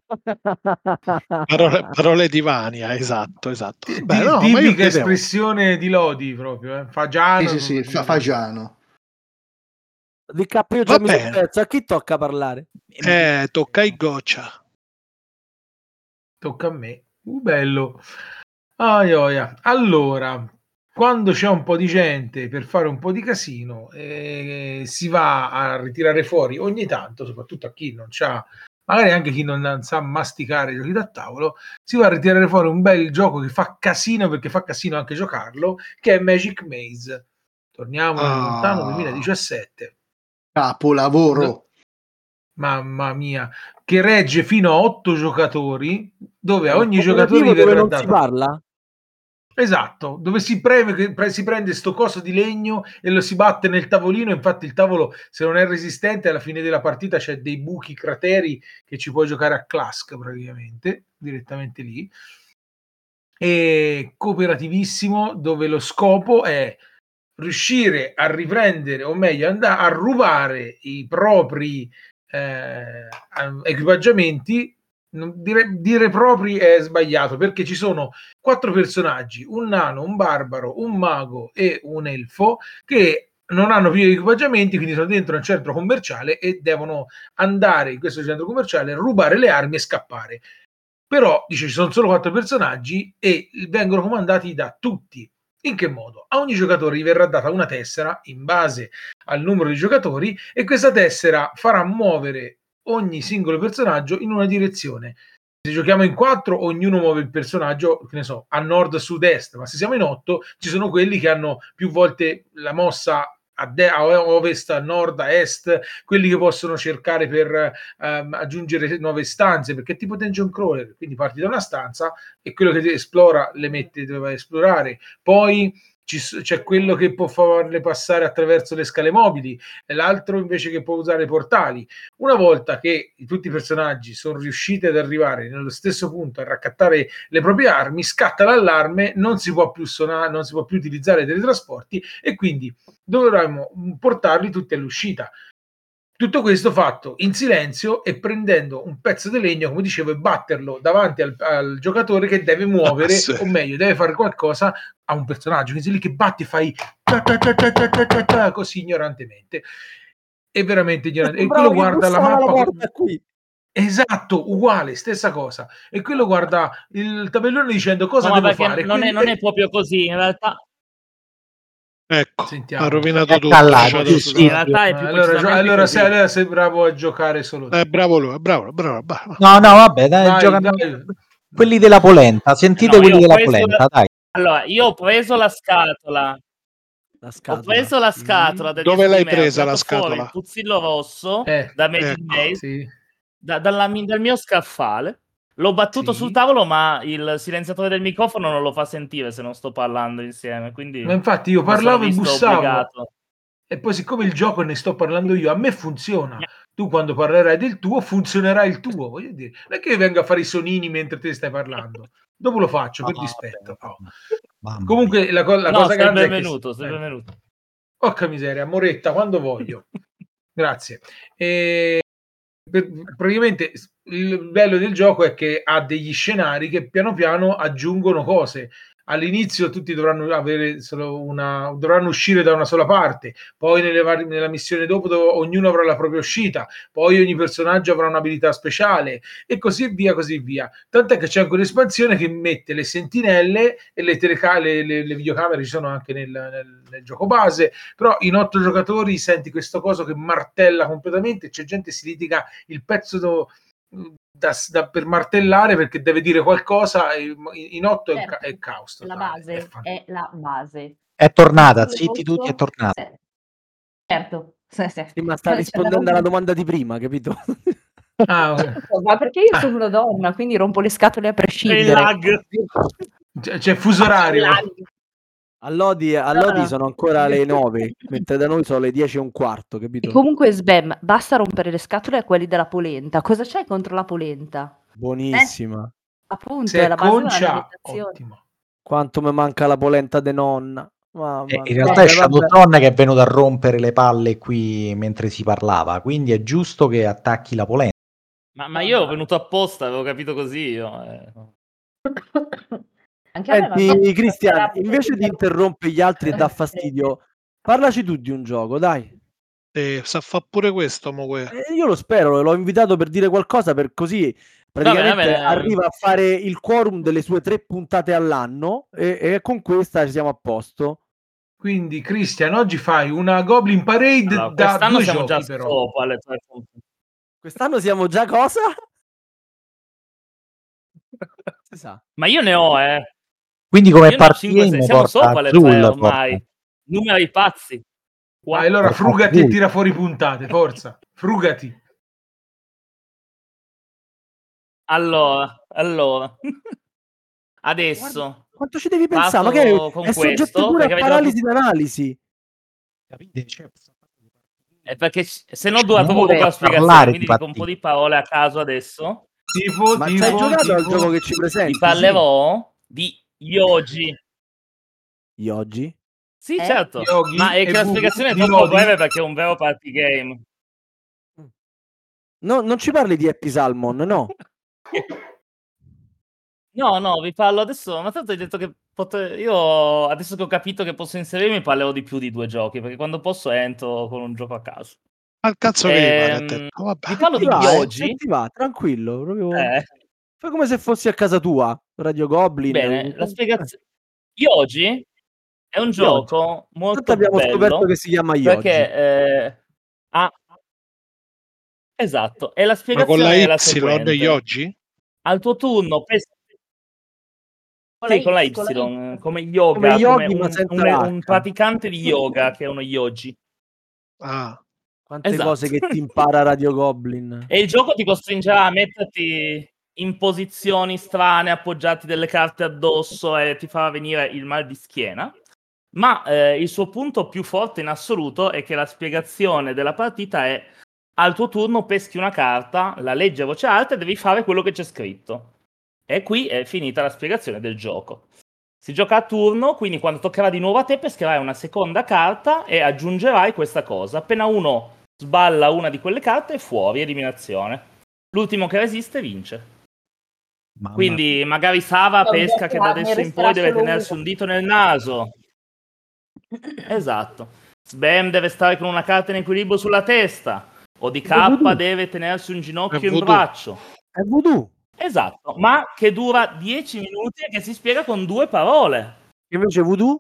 Speaker 4: Parole di Vania, esatto. Beh, no, ma io
Speaker 3: Tipica
Speaker 4: chiedevo.
Speaker 3: espressione di Lodi proprio. Fagiano.
Speaker 2: Sì, fagiano.
Speaker 1: Di capo io
Speaker 4: Va
Speaker 1: già mi sono
Speaker 4: bene.
Speaker 1: perso. A chi tocca parlare?
Speaker 4: Tocca ai Goccia.
Speaker 3: Tocca a me. Bello. Aioia. Allora, quando c'è un po' di gente per fare un po' di casino, si va a ritirare fuori ogni tanto, soprattutto a chi non c'ha, magari anche chi non sa masticare i giochi da tavolo, si va a ritirare fuori un bel gioco che fa casino, perché fa casino anche giocarlo, che è Magic Maze. Torniamo nel lontano 2017.
Speaker 2: Capolavoro.
Speaker 3: Mamma mia, che regge fino a 8 giocatori, dove a ogni giocatore
Speaker 1: Cooperativo
Speaker 3: gli
Speaker 1: dove
Speaker 3: verrà
Speaker 1: non si
Speaker 3: data...
Speaker 1: parla?
Speaker 3: Esatto, dove si prende sto coso di legno e lo si batte nel tavolino. Infatti il tavolo, se non è resistente, alla fine della partita c'è dei buchi, crateri, che ci puoi giocare a Clask praticamente, direttamente lì. E cooperativissimo, dove lo scopo è riuscire a riprendere, o meglio andare a rubare i propri equipaggiamenti. Dire propri è sbagliato, perché ci sono 4 personaggi, un nano, un barbaro, un mago e un elfo, che non hanno più equipaggiamenti, quindi sono dentro un centro commerciale e devono andare in questo centro commerciale, rubare le armi e scappare. Però dice ci sono solo 4 personaggi e vengono comandati da tutti. In che modo? A ogni giocatore gli verrà data una tessera in base al numero di giocatori, e questa tessera farà muovere ogni singolo personaggio in una direzione. Se giochiamo in 4, ognuno muove il personaggio, che ne so, a nord, sud, est, ma se siamo in 8 ci sono quelli che hanno più volte la mossa a ovest, a nord, a est, quelli che possono cercare per aggiungere nuove stanze, perché è tipo dungeon crawler, quindi parti da una stanza e quello che esplora le mette dove va a esplorare. Poi c'è quello che può farle passare attraverso le scale mobili e l'altro invece che può usare i portali. Una volta che tutti i personaggi sono riusciti ad arrivare nello stesso punto a raccattare le proprie armi, scatta l'allarme, non si può più suonare, non si può più utilizzare i teletrasporti, e quindi dovremmo portarli tutti all'uscita. Tutto questo fatto in silenzio e prendendo un pezzo di legno, come dicevo, e batterlo davanti al giocatore che deve muovere,
Speaker 4: sì.
Speaker 3: o meglio, deve fare qualcosa a un personaggio. Quindi sei lì che batti e fai così ignorantemente. E veramente ignorante. E quello guarda la mappa.
Speaker 1: Porta qui.
Speaker 3: Esatto, uguale, stessa cosa. E quello guarda il tabellone dicendo cosa
Speaker 5: No,
Speaker 3: devo
Speaker 5: perché
Speaker 3: fare.
Speaker 5: non è proprio così, in realtà.
Speaker 4: Ecco,
Speaker 3: Sentiamo.
Speaker 4: ha rovinato tutto.
Speaker 8: Callato,
Speaker 5: Sì, in realtà è più
Speaker 3: Allora
Speaker 5: così.
Speaker 3: sei bravo a giocare solo te.
Speaker 4: Bravo lui, bravo.
Speaker 8: No, vabbè, dai,
Speaker 3: Vai,
Speaker 8: giocano
Speaker 3: vai.
Speaker 8: quelli della polenta. Sentite
Speaker 5: No,
Speaker 8: quelli
Speaker 5: io ho
Speaker 8: della
Speaker 5: preso
Speaker 8: polenta, dai.
Speaker 5: Allora, io ho preso la scatola. Ho preso la scatola da
Speaker 4: Dove l'hai
Speaker 5: DSD,
Speaker 4: presa
Speaker 5: ho
Speaker 4: la
Speaker 5: tirato fuori
Speaker 4: scatola?
Speaker 5: il puzzillo rosso da Magic
Speaker 4: ecco.
Speaker 5: Maze,
Speaker 3: Sì.
Speaker 5: dal mio scaffale. L'ho battuto
Speaker 3: Sì.
Speaker 5: sul tavolo, ma il silenziatore del microfono non lo fa sentire se non sto parlando insieme. Quindi
Speaker 3: Ma infatti io
Speaker 5: mi sono
Speaker 3: parlavo e
Speaker 5: visto
Speaker 3: bussavo.
Speaker 5: obbligato.
Speaker 3: E poi siccome il gioco ne sto parlando io, a me funziona. Tu quando parlerai del tuo funzionerà il tuo, voglio dire. Non è che io venga a fare i sonini mentre te stai parlando. Dopo lo faccio per dispetto. Comunque la cosa
Speaker 5: sei
Speaker 3: grande
Speaker 5: benvenuto,
Speaker 3: è che...
Speaker 5: sei benvenuto.
Speaker 3: Porca miseria, Moretta, quando voglio. Grazie. Praticamente il bello del gioco è che ha degli scenari che piano piano aggiungono cose. all'inizio tutti dovranno avere dovranno uscire da una sola parte, poi nella missione dopo ognuno avrà la propria uscita, poi ogni personaggio avrà un'abilità speciale e così via, così via. Tant'è che c'è anche un'espansione che mette le sentinelle e le videocamere ci sono anche nel gioco base, però in 8 giocatori senti questo coso che martella completamente, c'è gente che si litiga il pezzo per martellare perché deve dire qualcosa, in 8 è caos
Speaker 6: la
Speaker 3: totale,
Speaker 6: base è la base.
Speaker 8: È tornata, zitti tutti, è tornata.
Speaker 6: Certo. Sì.
Speaker 1: Sì, ma sta rispondendo alla domanda di prima, capito?
Speaker 3: Ah, okay.
Speaker 6: Ma perché io sono una donna, quindi rompo le scatole a prescindere.
Speaker 5: Il lag.
Speaker 3: C'è fuso orario.
Speaker 1: All'Odi
Speaker 6: No.
Speaker 1: sono ancora le 9, mentre da noi sono le 10:15, capito?
Speaker 6: E comunque Sbam, basta rompere le scatole a quelli della polenta. Cosa c'hai contro la polenta?
Speaker 1: Buonissima.
Speaker 6: Appunto,
Speaker 3: Se
Speaker 6: è
Speaker 3: è
Speaker 6: la base della
Speaker 3: concia,
Speaker 6: alimentazione.
Speaker 3: ottimo.
Speaker 1: Quanto mi manca la polenta de nonna. Mamma
Speaker 8: In
Speaker 1: mia.
Speaker 8: realtà è
Speaker 1: Vabbè, vabbè.
Speaker 8: Shadowtron che è venuto a rompere le palle qui mentre si parlava, quindi è giusto che attacchi la polenta.
Speaker 5: Ma io ho venuto apposta, avevo capito così io.
Speaker 6: Anche a me va
Speaker 1: Senti,
Speaker 6: bene.
Speaker 1: Cristian, invece di interrompere gli altri e dà fastidio, parlaci tu di un gioco, dai.
Speaker 4: Sa fa pure questo,
Speaker 1: Io lo spero, l'ho invitato per dire qualcosa, per così praticamente
Speaker 5: Va bene.
Speaker 1: arriva a fare il quorum delle sue 3 puntate all'anno e con questa ci siamo a posto.
Speaker 3: Quindi Christian, oggi fai una Goblin Parade
Speaker 5: Allora,
Speaker 3: da
Speaker 5: quest'anno
Speaker 3: 2
Speaker 5: siamo
Speaker 3: giochi
Speaker 5: già
Speaker 3: però.
Speaker 5: sopra alle 3 puntate.
Speaker 1: Quest'anno siamo già cosa? Si sa.
Speaker 5: Ma io ne ho,
Speaker 8: Quindi come
Speaker 5: Io ne ho
Speaker 8: party
Speaker 5: 5,
Speaker 8: game
Speaker 5: siamo
Speaker 8: porta
Speaker 5: sopra le
Speaker 8: Azul,
Speaker 5: 3
Speaker 8: porta.
Speaker 5: ormai. Numeri pazzi.
Speaker 3: Ma allora
Speaker 8: Porta
Speaker 3: frugati e
Speaker 8: Azul.
Speaker 3: tira fuori puntate, forza. Frugati.
Speaker 5: Allora. Adesso
Speaker 1: Quanto ci devi pensare? Ma
Speaker 5: parto
Speaker 1: che
Speaker 5: con
Speaker 1: è soggetto
Speaker 5: questo,
Speaker 1: pure a
Speaker 5: perché avete
Speaker 1: paralisi d'analisi.
Speaker 8: Capite? Cioè,
Speaker 5: perché se no dura troppo
Speaker 8: Muore
Speaker 5: poco la
Speaker 8: a
Speaker 5: spiegazione,
Speaker 8: parlare
Speaker 5: quindi
Speaker 8: di
Speaker 5: dico un po' di parole a caso adesso.
Speaker 1: Ma ci hai giocato al gioco che ci
Speaker 5: Vi
Speaker 1: presenti?
Speaker 5: parlerò di Yoji.
Speaker 1: Yoji?
Speaker 5: Sì, certo.
Speaker 3: Yogi
Speaker 5: Ma è
Speaker 3: e
Speaker 5: che la
Speaker 3: Bubu
Speaker 5: spiegazione è
Speaker 3: di
Speaker 5: troppo
Speaker 3: Lodi?
Speaker 5: breve perché è un vero party game.
Speaker 1: No, non ci parli di Happy Salmon, no?
Speaker 5: No, vi parlo adesso, ma tanto hai detto che io adesso che ho capito che posso inserirmi parlerò di più di 2 giochi, perché quando posso entro con un gioco a caso.
Speaker 4: Al cazzo che gli pare a te. Vabbè.
Speaker 5: Vi parlo di
Speaker 1: Se
Speaker 5: Yoji.
Speaker 1: ti va, tranquillo, proprio.
Speaker 5: Eh.
Speaker 1: Fai come se fossi a casa tua, Radio Goblin.
Speaker 5: Bene, la spiegazione. Yoji è un
Speaker 1: Yoji.
Speaker 5: gioco molto
Speaker 1: Tanto abbiamo scoperto
Speaker 5: bello
Speaker 1: che si chiama Yoji.
Speaker 5: perché esatto, e la
Speaker 4: Ma con la
Speaker 5: spiegazione è la
Speaker 4: Y
Speaker 5: seguente.
Speaker 4: Yoji?
Speaker 5: Al tuo turno
Speaker 6: Con
Speaker 5: sì, con la
Speaker 6: Y,
Speaker 5: Y, come yoga,
Speaker 1: Come yogi,
Speaker 5: come
Speaker 1: ma senza
Speaker 5: un
Speaker 1: l'H.
Speaker 5: praticante di yoga che è uno yogi.
Speaker 4: Ah.
Speaker 1: Quante
Speaker 5: Esatto.
Speaker 1: cose che ti impara Radio Goblin.
Speaker 5: E il gioco ti costringerà a metterti in posizioni strane, appoggiati delle carte addosso e ti farà venire il mal di schiena. Ma il suo punto più forte in assoluto è che la spiegazione della partita è: al tuo turno peschi una carta, la leggi a voce alta e devi fare quello che c'è scritto. E qui è finita la spiegazione del gioco. Si gioca a turno, quindi quando toccherà di nuovo a te pescherai una seconda carta e aggiungerai questa cosa. Appena uno sballa una di quelle carte è fuori, eliminazione. L'ultimo che resiste vince. Quindi magari Sava pesca che da adesso in poi deve tenersi un dito nel naso. Esatto. Sbam deve stare con una carta in equilibrio sulla testa. ODK deve tenersi un ginocchio in braccio.
Speaker 1: È voodoo.
Speaker 5: Esatto, ma che dura 10 minuti e che si spiega con 2 parole.
Speaker 1: Invece voodoo?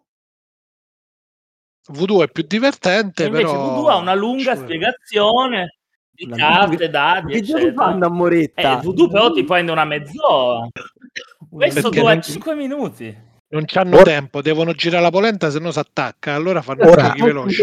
Speaker 4: Voodoo è più divertente,
Speaker 5: Invece
Speaker 4: però
Speaker 5: voodoo ha una lunga spiegazione di carte, dadi,
Speaker 1: che giochi
Speaker 5: eccetera.
Speaker 1: fanno a Moretta?
Speaker 5: Il voodoo però ti prende una mezz'ora. Questo
Speaker 4: Perché
Speaker 5: dura
Speaker 4: non-
Speaker 5: 5 minuti.
Speaker 4: non c'hanno tempo, devono girare la polenta, se no si attacca. Allora fanno
Speaker 8: Ora-
Speaker 4: giochi veloci.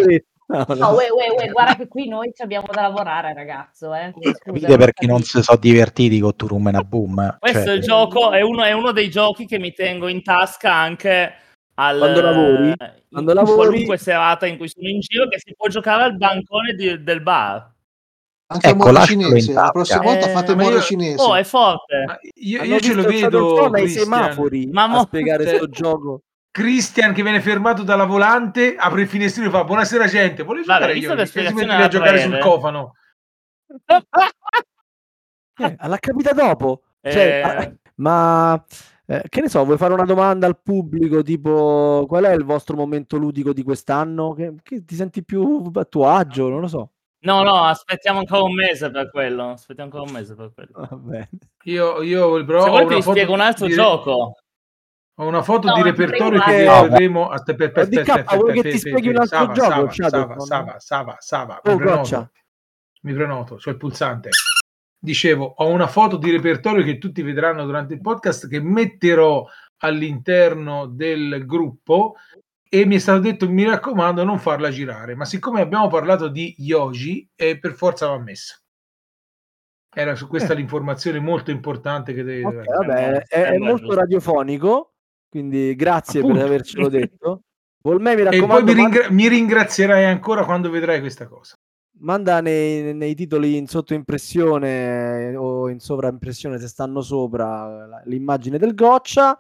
Speaker 6: guarda che qui noi ci abbiamo da lavorare, ragazzo. Quindi, scusa,
Speaker 8: Capite perché non si sono divertiti con Turum e Boom?
Speaker 5: Questo è il gioco, è uno dei giochi che mi tengo in tasca anche
Speaker 1: Quando lavori?
Speaker 5: in qualunque serata in cui sono in giro, che si può giocare al bancone del bar.
Speaker 2: Anche
Speaker 8: Ecco,
Speaker 2: a modo
Speaker 8: lascialo in
Speaker 2: cinese. La
Speaker 8: tasca.
Speaker 2: prossima volta fate
Speaker 3: ma
Speaker 2: modo
Speaker 3: io-
Speaker 2: cinese.
Speaker 5: Oh, è forte.
Speaker 3: Ma io
Speaker 1: Hanno
Speaker 3: ce lo
Speaker 1: visto il
Speaker 3: vedo,
Speaker 1: Shadowtron ai
Speaker 3: Christian.
Speaker 1: semafori
Speaker 5: Ma
Speaker 1: a spiegare sto gioco.
Speaker 3: Christian che viene fermato dalla volante, apre il finestrino e fa: buonasera gente, volevo
Speaker 5: Vabbè,
Speaker 3: giocare
Speaker 5: visto
Speaker 3: io.
Speaker 5: che
Speaker 3: E si
Speaker 5: spiegazione
Speaker 3: mette lì a
Speaker 5: era
Speaker 3: giocare
Speaker 5: breve.
Speaker 3: sul cofano.
Speaker 1: L'ha capita dopo. Cioè,
Speaker 5: Eh,
Speaker 1: ma Che ne so, vuoi fare una domanda al pubblico tipo qual è il vostro momento ludico di quest'anno? Che ti senti più a tuo agio? Non lo so.
Speaker 5: No, aspettiamo ancora un mese per quello.
Speaker 1: Va bene.
Speaker 3: Io però
Speaker 5: Se
Speaker 3: ho
Speaker 5: volete
Speaker 3: una
Speaker 5: vi
Speaker 3: foto
Speaker 5: spiego un altro gioco.
Speaker 3: Ho una foto
Speaker 6: No,
Speaker 3: di
Speaker 6: ma
Speaker 3: repertorio
Speaker 6: prego,
Speaker 3: che
Speaker 6: Mario.
Speaker 3: vedremo.
Speaker 1: DK, vuoi che ti spieghi un altro gioco?
Speaker 3: Sava,
Speaker 1: Oh, Goccia.
Speaker 3: mi prenoto, c'ho il pulsante. Dicevo, ho una foto di repertorio che tutti vedranno durante il podcast che metterò all'interno del gruppo e mi è stato detto, mi raccomando, non farla girare. Ma siccome abbiamo parlato di Yoji, per forza va messa. Era su questa l'informazione molto importante che deve
Speaker 1: Ok, vabbè, è molto
Speaker 5: giusto.
Speaker 1: radiofonico, quindi grazie
Speaker 3: Appunto.
Speaker 1: per avercelo detto. Volmè, mi
Speaker 3: E poi
Speaker 1: raccomando,
Speaker 3: mi ringrazierai ancora quando vedrai questa cosa.
Speaker 1: manda nei titoli in sottoimpressione o in sovraimpressione se stanno sopra l'immagine del Goccia.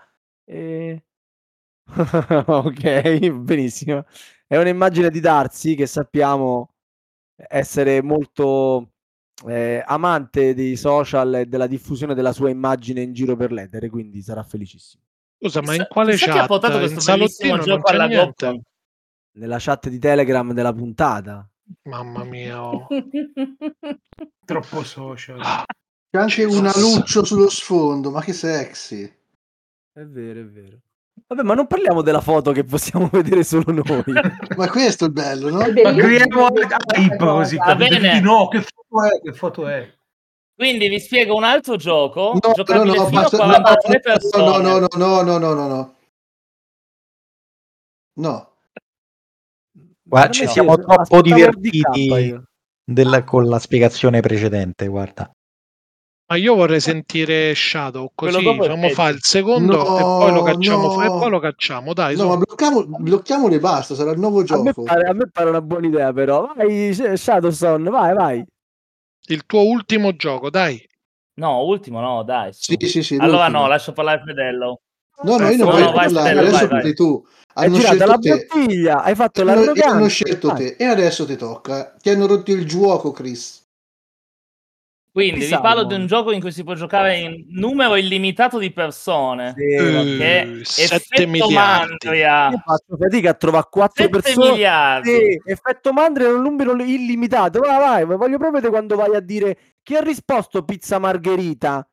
Speaker 1: Ok, benissimo. È un'immagine di Darsi che sappiamo essere molto amante dei social e della diffusione della sua immagine in giro per l'etere, quindi sarà felicissimo.
Speaker 4: Scusa, ma in quale
Speaker 5: Chissà chi ha portato
Speaker 4: chat? In
Speaker 5: questo bellissimo
Speaker 4: salottino non
Speaker 5: gioco
Speaker 4: c'è
Speaker 5: alla
Speaker 4: niente.
Speaker 5: GoPro.
Speaker 1: Nella chat di Telegram della puntata.
Speaker 4: Mamma mia. Oh.
Speaker 3: Troppo social.
Speaker 2: C'è anche un aluccio sullo sfondo, ma che sexy.
Speaker 1: È vero, è vero. Vabbè, ma non parliamo della foto che possiamo vedere solo noi.
Speaker 2: Ma questo è il bello, no?
Speaker 6: È
Speaker 3: Ma
Speaker 6: bellissimo
Speaker 3: creiamo hype così,
Speaker 5: Va
Speaker 3: capite?
Speaker 5: bene.
Speaker 3: Tutti, no, che foto è? Che foto è?
Speaker 5: Quindi vi spiego un altro gioco,
Speaker 2: No,
Speaker 5: giocabile
Speaker 2: no,
Speaker 5: fino a
Speaker 2: basta,
Speaker 5: 43 persone.
Speaker 2: no. No.
Speaker 8: Guarda, ci siamo troppo
Speaker 1: aspettavo il
Speaker 8: divertiti
Speaker 1: DK io.
Speaker 8: con la spiegazione precedente, guarda.
Speaker 4: Ma io vorrei sentire Shadow,
Speaker 5: Quello
Speaker 4: così
Speaker 5: dopo è
Speaker 4: facciamo fa
Speaker 5: peggio.
Speaker 4: il secondo
Speaker 2: No,
Speaker 4: e poi lo cacciamo
Speaker 2: no.
Speaker 4: e poi lo cacciamo, dai,
Speaker 2: No,
Speaker 4: su.
Speaker 2: ma blocchiamole e basta, sarà il nuovo
Speaker 1: A me
Speaker 2: gioco.
Speaker 1: pare una buona idea, però. Vai, Shadowson, vai.
Speaker 4: Il tuo ultimo gioco, dai.
Speaker 5: No, ultimo no, dai. Su.
Speaker 2: Sì,
Speaker 5: Allora
Speaker 2: l'ultimo.
Speaker 5: no, lascio parlare Fedello.
Speaker 2: No, io non
Speaker 5: No,
Speaker 2: voglio
Speaker 5: vai,
Speaker 2: parlare,
Speaker 5: Fedello,
Speaker 2: adesso
Speaker 5: vai.
Speaker 2: parli tu.
Speaker 1: Hai
Speaker 2: Hanno
Speaker 1: girato
Speaker 2: scelto
Speaker 1: la
Speaker 2: te.
Speaker 1: bottiglia, hai fatto
Speaker 2: Hanno
Speaker 1: l'arrogante.
Speaker 2: scelto
Speaker 1: Vai.
Speaker 2: te e adesso ti tocca. Ti hanno rotto il gioco, Chris.
Speaker 5: Quindi vi parlo di un gioco in cui si può giocare in numero illimitato di persone. Che è
Speaker 4: 7
Speaker 5: Effetto
Speaker 4: miliardi.
Speaker 5: Mandria.
Speaker 1: Io faccio fatica a trovare 4
Speaker 5: 7
Speaker 1: persone.
Speaker 5: miliardi.
Speaker 1: Sì, Effetto Mandria è un numero illimitato. Vai, voglio proprio vedere quando vai a dire chi ha risposto pizza margherita.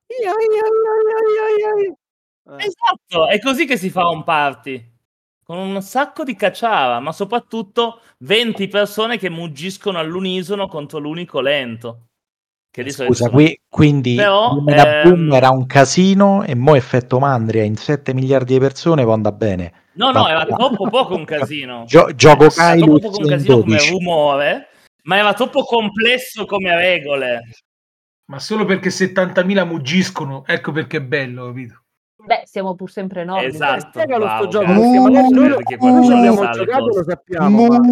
Speaker 5: Esatto, è così che si fa un party. Con un sacco di cacciara, ma soprattutto 20 persone che muggiscono all'unisono contro l'unico lento. Che di solito
Speaker 8: Scusa,
Speaker 5: sono...
Speaker 8: quindi
Speaker 5: Però,
Speaker 8: Boom era un casino e mo Effetto Mandria in 7 miliardi di persone può andare bene.
Speaker 5: No, era troppo poco un casino.
Speaker 8: Gioco
Speaker 5: Era
Speaker 8: Kylus
Speaker 5: troppo poco un
Speaker 8: in
Speaker 5: casino come
Speaker 8: 12.
Speaker 5: rumore, ma era troppo complesso come regole.
Speaker 3: Ma solo perché 70.000 muggiscono, ecco perché è bello, capito?
Speaker 6: Beh, siamo pur sempre enormi.
Speaker 5: Esatto,
Speaker 1: Spiegalo sto
Speaker 5: bravo,
Speaker 1: gioco,
Speaker 5: Gabri.
Speaker 1: perché magari noi
Speaker 5: Perché
Speaker 1: ci
Speaker 5: qualcuno
Speaker 1: abbiamo
Speaker 5: sa le
Speaker 1: giocato,
Speaker 5: cose.
Speaker 1: lo sappiamo, ma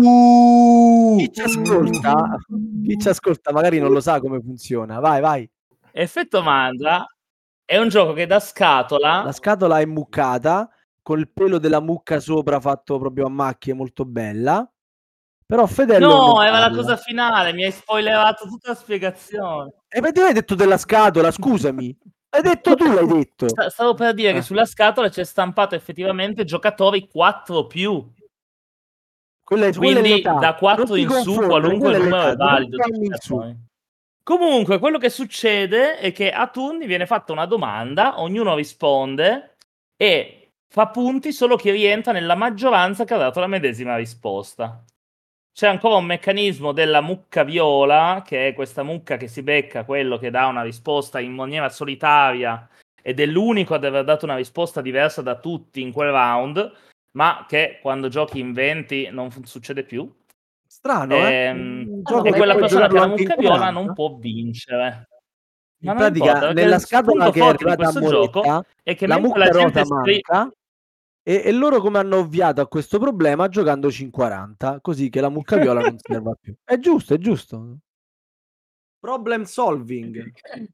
Speaker 1: chi ci ascolta magari non lo sa come funziona. Vai.
Speaker 5: Effetto Mandra è un gioco che da scatola...
Speaker 1: La scatola è muccata, col pelo della mucca sopra fatto proprio a macchie, molto bella. Però Fedello
Speaker 5: No,
Speaker 1: non
Speaker 5: era la
Speaker 1: parla.
Speaker 5: cosa finale, mi hai spoilerato tutta la spiegazione.
Speaker 1: E ma tu hai detto della scatola, scusami. Hai detto tu, l'hai detto.
Speaker 5: Stavo per dire che sulla scatola c'è stampato effettivamente giocatori 4+.
Speaker 1: Quella è
Speaker 5: Quindi
Speaker 1: l'età.
Speaker 5: da 4
Speaker 1: Non ti
Speaker 5: in su
Speaker 1: confondere,
Speaker 5: qualunque
Speaker 1: quella è
Speaker 5: numero
Speaker 1: l'età,
Speaker 5: è valido.
Speaker 1: 18 anni in su.
Speaker 5: Comunque, quello che succede è che a turni viene fatta una domanda, ognuno risponde e fa punti solo chi rientra nella maggioranza che ha dato la medesima risposta. C'è ancora un meccanismo della mucca viola, che è questa mucca che si becca quello che dà una risposta in maniera solitaria ed è l'unico ad aver dato una risposta diversa da tutti in quel round, ma che quando giochi in 20 non succede più.
Speaker 1: Strano,
Speaker 5: E quella persona che ha la mucca viola non può vincere.
Speaker 1: In pratica, nella scatola che è arrivata a moneta,
Speaker 5: è che
Speaker 1: la
Speaker 5: mentre
Speaker 1: mucca
Speaker 5: la gente
Speaker 1: rota manca e loro come hanno ovviato a questo problema giocandoci in 40, così che la mucca viola non serva più. È giusto. Problem solving.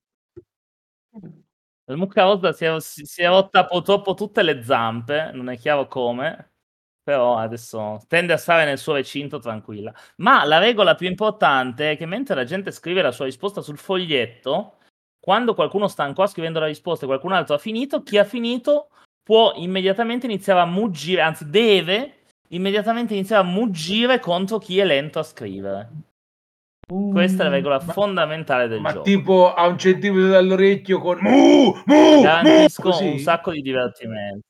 Speaker 5: La mucca rosa si è rotta purtroppo tutte le zampe, non è chiaro come, però adesso tende a stare nel suo recinto tranquilla. Ma la regola più importante è che mentre la gente scrive la sua risposta sul foglietto, quando qualcuno sta ancora scrivendo la risposta e qualcun altro ha finito, chi ha finito può immediatamente iniziare a muggire, anzi deve immediatamente iniziare a muggire contro chi è lento a scrivere. Questa è la regola fondamentale del gioco.
Speaker 3: Tipo a un centimetro dall'orecchio con mu,
Speaker 5: Garantisco
Speaker 3: così?
Speaker 5: un sacco di divertimento.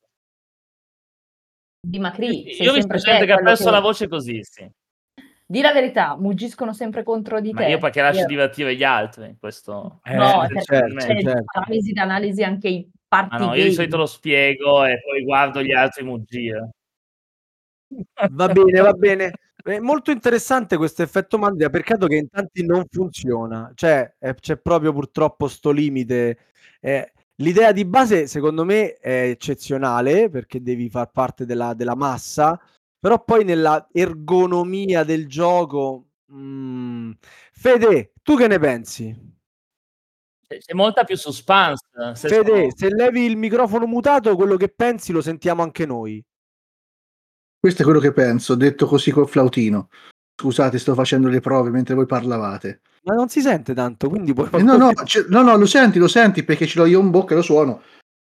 Speaker 6: Di Macri, sei
Speaker 5: Io ho visto
Speaker 6: sempre
Speaker 5: gente
Speaker 6: te
Speaker 5: che ha
Speaker 6: quello
Speaker 5: perso
Speaker 6: che...
Speaker 5: la voce così, sì.
Speaker 6: Di la verità, muggiscono sempre contro di
Speaker 5: Ma
Speaker 6: te.
Speaker 5: io perché lascio
Speaker 6: Io-
Speaker 5: divertire gli altri, questo
Speaker 6: No,
Speaker 1: certo,
Speaker 6: c'è
Speaker 1: certo.
Speaker 6: analisi d'analisi anche i
Speaker 5: Ma
Speaker 6: party
Speaker 5: no, io di
Speaker 6: game.
Speaker 5: solito lo spiego e poi guardo gli altri muggire.
Speaker 1: Va bene, va bene. È molto interessante questo effetto Mandria, peccato che in tanti non funziona, cioè c'è proprio purtroppo sto limite. L'idea di base secondo me è eccezionale perché devi far parte della massa, però poi nella ergonomia del gioco... Fede, tu che ne pensi?
Speaker 5: C'è molta più suspense.
Speaker 1: Fede, se levi il microfono mutato, quello che pensi lo sentiamo anche noi.
Speaker 2: Questo è quello che penso, detto così col flautino. Scusate, sto facendo le prove mentre voi parlavate.
Speaker 1: Ma non si sente tanto, quindi puoi...
Speaker 2: No, lo senti perché ce l'ho io in bocca e lo suono.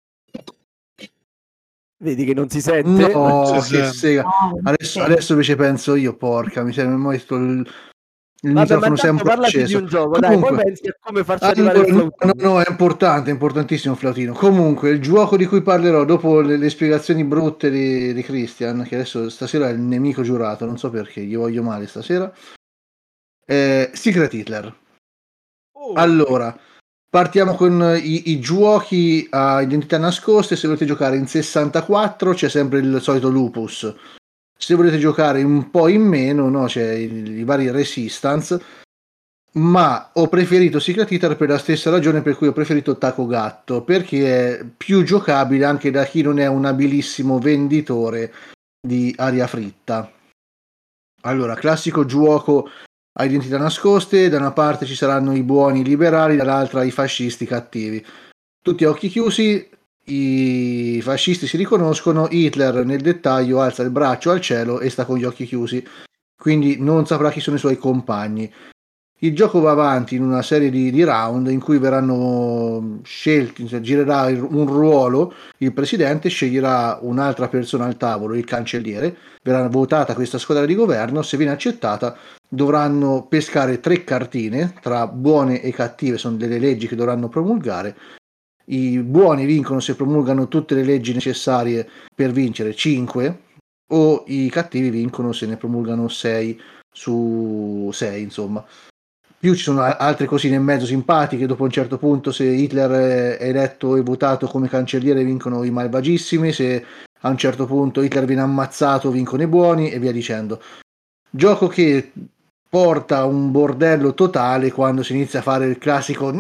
Speaker 1: Vedi che non si sente?
Speaker 2: No,
Speaker 4: Non
Speaker 2: che
Speaker 4: si sente.
Speaker 2: sega. Adesso invece penso io, porca, mi sembra messo il
Speaker 1: Vabbè, ma
Speaker 2: microfono
Speaker 1: intanto
Speaker 2: sempre
Speaker 1: parlaci di
Speaker 2: acceso.
Speaker 1: un gioco, dai, poi
Speaker 2: Comunque,
Speaker 1: pensi a come farci arrivare il flautino.
Speaker 2: no, è importante, è importantissimo il flautino. Comunque, il gioco di cui parlerò dopo le spiegazioni brutte di Christian, che adesso stasera è il nemico giurato, non so perché, gli voglio male stasera. Secret Hitler. Allora, partiamo con i giochi a identità nascoste. Se volete giocare in 64 c'è sempre il solito Lupus. Se volete giocare un po' in meno, no, c'è i vari Resistance. Ma ho preferito Secret Hitler per la stessa ragione per cui ho preferito Taco Gatto, perché è più giocabile anche da chi non è un abilissimo venditore di aria fritta. Allora, classico gioco a identità nascoste, da una parte ci saranno i buoni liberali, dall'altra i fascisti cattivi. Tutti a occhi chiusi, i fascisti si riconoscono, Hitler nel dettaglio alza il braccio al cielo e sta con gli occhi chiusi, quindi non saprà chi sono i suoi compagni. Il gioco va avanti in una serie di round in cui verranno scelti, cioè girerà un ruolo, il presidente sceglierà un'altra persona al tavolo, il cancelliere, verrà votata questa squadra di governo, se viene accettata dovranno pescare 3 cartine, tra buone e cattive, sono delle leggi che dovranno promulgare. I buoni vincono se promulgano tutte le leggi necessarie per vincere 5, o i cattivi vincono se ne promulgano 6 su 6, insomma. Più ci sono altre cosine in mezzo simpatiche. Dopo un certo punto, se Hitler è eletto e votato come cancelliere, vincono i malvagissimi. Se a un certo punto Hitler viene ammazzato, vincono i buoni, e via dicendo. Gioco che porta un bordello totale quando si inizia a fare il classico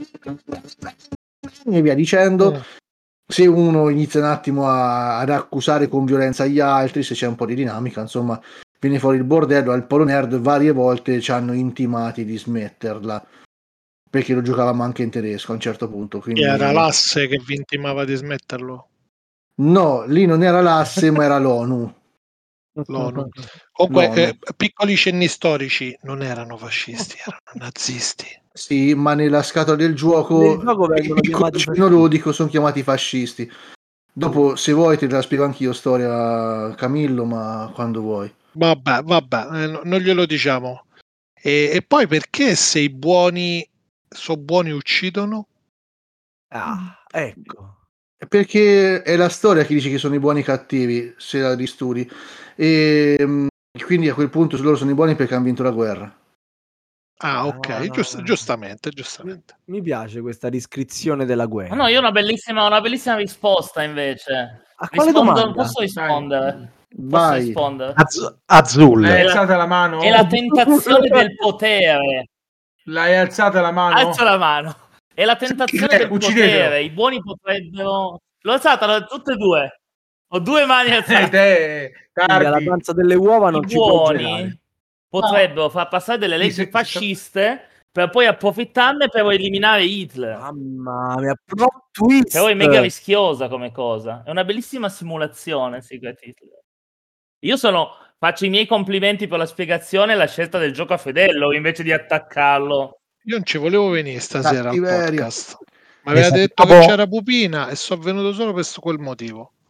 Speaker 2: e via dicendo. Se uno inizia un attimo ad accusare con violenza gli altri, se c'è un po' di dinamica, insomma, viene fuori il bordello. Al Polo Nerd varie volte ci hanno intimati di smetterla, perché lo giocavamo anche in tedesco a un certo punto. Quindi...
Speaker 4: Era l'asse che vi intimava di smetterlo?
Speaker 2: No, lì non era l'asse, ma era l'ONU.
Speaker 4: L'ONU. Comunque,
Speaker 2: l'ONU.
Speaker 4: Piccoli cenni storici, non erano fascisti, erano nazisti.
Speaker 2: Sì, ma nella scatola del gioco
Speaker 1: vengono chiamati
Speaker 2: ludico sono chiamati fascisti. Dopo, se vuoi, te la spiego anch'io storia, Camillo, ma quando vuoi.
Speaker 4: Vabbè, non glielo diciamo. E poi perché se i buoni sono buoni uccidono?
Speaker 1: Ecco.
Speaker 2: Perché è la storia che dice che sono i buoni e i cattivi, se la ristudi. E quindi a quel punto loro sono i buoni perché hanno vinto la guerra.
Speaker 4: Ah, ok, giustamente.
Speaker 1: Mi piace questa descrizione della guerra.
Speaker 5: No, io ho una bellissima risposta invece.
Speaker 1: A quale domanda?
Speaker 5: Posso rispondere?
Speaker 2: Vai.
Speaker 5: Posso rispondere?
Speaker 8: Azul.
Speaker 3: Hai alzata la mano?
Speaker 5: È la tentazione del potere.
Speaker 3: L'hai alzata la mano?
Speaker 5: Alzo la mano. È la tentazione del
Speaker 3: uccidetelo.
Speaker 5: potere. I buoni potrebbero... L'ho alzata tutte e due. Ho 2 mani alzate.
Speaker 1: Quindi alla danza delle uova non
Speaker 5: I
Speaker 1: ci puoi
Speaker 5: buoni
Speaker 1: giocare.
Speaker 5: potrebbero far passare delle leggi fasciste per poi approfittarne per eliminare Hitler.
Speaker 1: Mamma mia, plot twist!
Speaker 5: Però è mega rischiosa come cosa. È una bellissima simulazione, Secret Hitler. Io faccio i miei complimenti per la spiegazione e la scelta del gioco a Fedello invece di attaccarlo.
Speaker 4: Io non ci volevo venire stasera al
Speaker 2: Cattiveria.
Speaker 4: podcast. Mi aveva detto che c'era Pupina e sono venuto solo per quel motivo.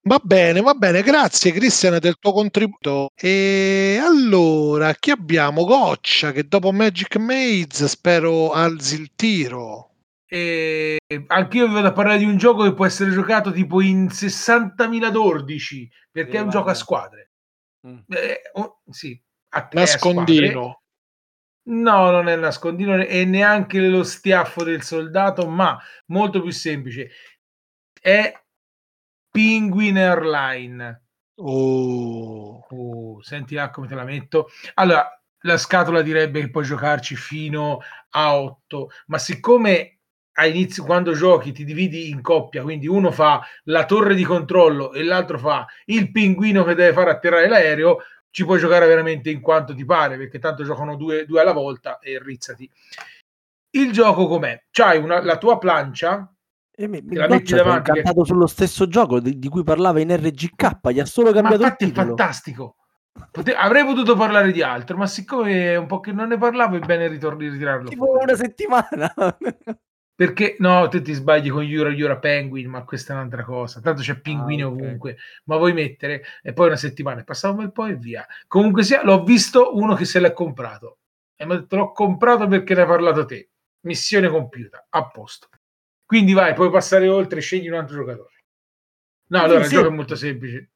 Speaker 4: Va bene, grazie Cristian del tuo contributo. E allora, chi abbiamo? Goccia, che dopo Magic Maze spero alzi il tiro.
Speaker 3: E anche io avevo da parlare di un gioco che può essere giocato tipo in 60.012 perché è un gioco a squadre. Sì, è a squadre.
Speaker 4: Nascondino.
Speaker 3: No, non è nascondino e neanche lo stiaffo del soldato, ma molto più semplice. È Penguin Airline. Senti là come te la metto. Allora, la scatola direbbe che puoi giocarci fino a 8, ma siccome a inizio, quando giochi, ti dividi in coppia, quindi uno fa la torre di controllo e l'altro fa il pinguino che deve far atterrare l'aereo, ci puoi giocare veramente in quanto ti pare, perché tanto giocano due alla volta e rizzati. Il gioco com'è? C'hai la tua plancia,
Speaker 1: che
Speaker 3: la metti davanti,
Speaker 1: è incantato sullo stesso gioco di cui parlava in RGK, gli ha solo cambiato il titolo.
Speaker 3: È fantastico. Avrei potuto parlare di altro, ma siccome è un po' che non ne parlavo, è bene ritirarlo
Speaker 1: tipo
Speaker 3: fuori.
Speaker 1: una settimana.
Speaker 3: Perché no, te ti sbagli con Yura Penguin, ma questa è un'altra cosa. Tanto c'è pinguini ovunque, ma vuoi mettere e poi una settimana è passato un bel po' e via. Comunque sia, l'ho visto uno che se l'è comprato e mi ha detto l'ho comprato perché ne hai parlato te. Missione compiuta, a posto. Quindi vai, puoi passare oltre, scegli un altro giocatore. No, allora il gioco è molto semplice.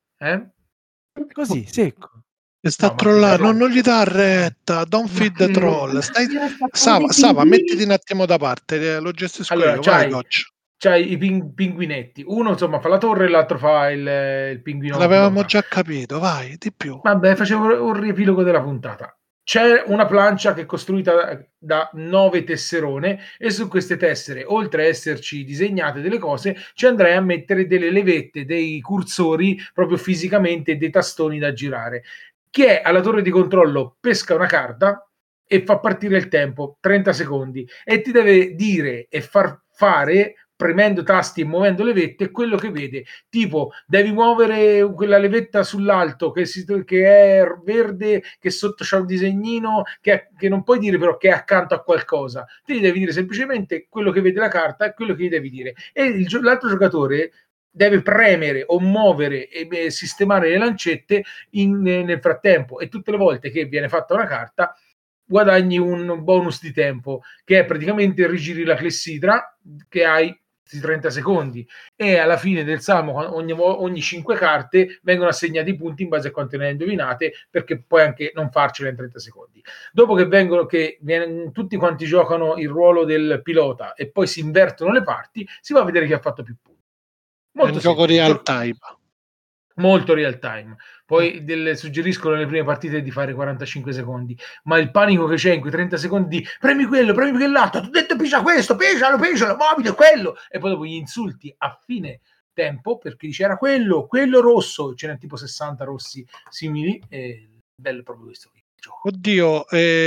Speaker 1: Così, secco.
Speaker 4: E sta trollando, non gli dà retta, don't feed the troll. Sava, mettiti un attimo da parte, lo gestisco
Speaker 3: allora,
Speaker 4: io, vai Goccia.
Speaker 3: C'hai i pinguinetti, uno insomma fa la torre e l'altro fa il pinguino.
Speaker 4: L'avevamo già capito, vai, di più.
Speaker 3: Vabbè, facevo un riepilogo della puntata. C'è una plancia che è costruita da 9 tesserone e su queste tessere, oltre a esserci disegnate delle cose, ci andrei a mettere delle levette, dei cursori proprio fisicamente, dei tastoni da girare. Chi è alla torre di controllo pesca una carta e fa partire il tempo, 30 secondi, e ti deve dire e far fare, premendo tasti e muovendo le vette, quello che vede. Tipo, devi muovere quella levetta sull'alto che è verde, che sotto c'è un disegnino, che non puoi dire però che è accanto a qualcosa. Ti devi dire semplicemente quello che vede la carta e quello che gli devi dire. E l'altro giocatore deve premere o muovere e sistemare le lancette nel frattempo, e tutte le volte che viene fatta una carta guadagni un bonus di tempo, che è praticamente rigiri la clessidra che hai 30 secondi, e alla fine del salmo ogni 5 carte vengono assegnati i punti in base a quante ne hai indovinate, perché puoi anche non farcela in 30 secondi. Dopo che tutti quanti giocano il ruolo del pilota e poi si invertono le parti, si va a vedere chi ha fatto più punti.
Speaker 4: Molto è un gioco real time.
Speaker 3: Molto real time. Poi suggeriscono nelle prime partite di fare 45 secondi, ma il panico che c'è in quei 30 secondi di premi quello, premi quell'altro, ti ho detto piscia questo, piscialo, muovilo, quello, e poi dopo gli insulti a fine tempo perché dice era quello rosso, ce n'è tipo 60 rossi simili, e bello proprio questo gioco.
Speaker 4: Oddio,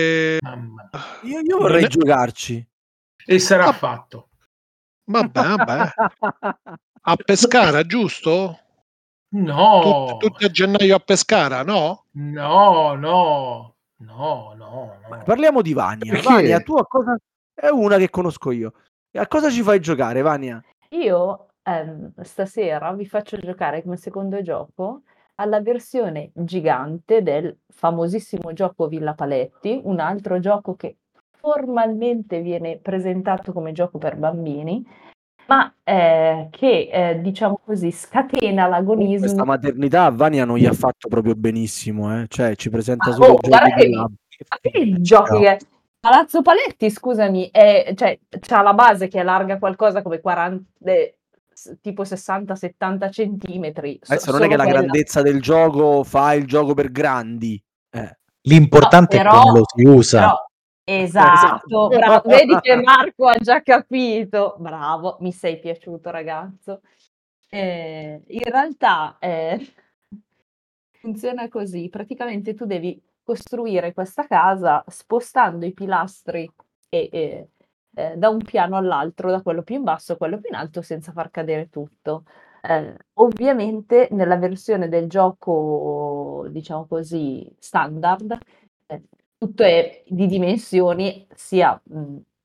Speaker 1: io vorrei giocarci.
Speaker 3: E sarà fatto.
Speaker 4: Vabbè. A Pescara, giusto?
Speaker 3: No.
Speaker 4: Tutti a gennaio a Pescara, no?
Speaker 3: No.
Speaker 1: Parliamo di Vania.
Speaker 2: Perché?
Speaker 1: Vania, tu a cosa... È una che conosco io. E a cosa ci fai giocare, Vania?
Speaker 6: Io stasera vi faccio giocare come secondo gioco alla versione gigante del famosissimo gioco Villa Paletti, un altro gioco che formalmente viene presentato come gioco per bambini, ma che diciamo così scatena l'agonismo.
Speaker 1: Questa maternità a Vania non gli ha fatto proprio benissimo, cioè ci presenta solo
Speaker 6: i giochi che Palazzo Paletti, scusami, cioè, c'ha la base che è larga qualcosa come 40, tipo 60-70 centimetri.
Speaker 1: Adesso non è che la grandezza del gioco fa il gioco per grandi.
Speaker 8: L'importante è come lo si usa.
Speaker 6: Però, esatto, bravo. Vedi che Marco ha già capito. Bravo, mi sei piaciuto, ragazzo. In realtà funziona così. Praticamente tu devi costruire questa casa spostando i pilastri da un piano all'altro, da quello più in basso a quello più in alto, senza far cadere tutto. Ovviamente nella versione del gioco, diciamo così, standard, tutto è di dimensioni sia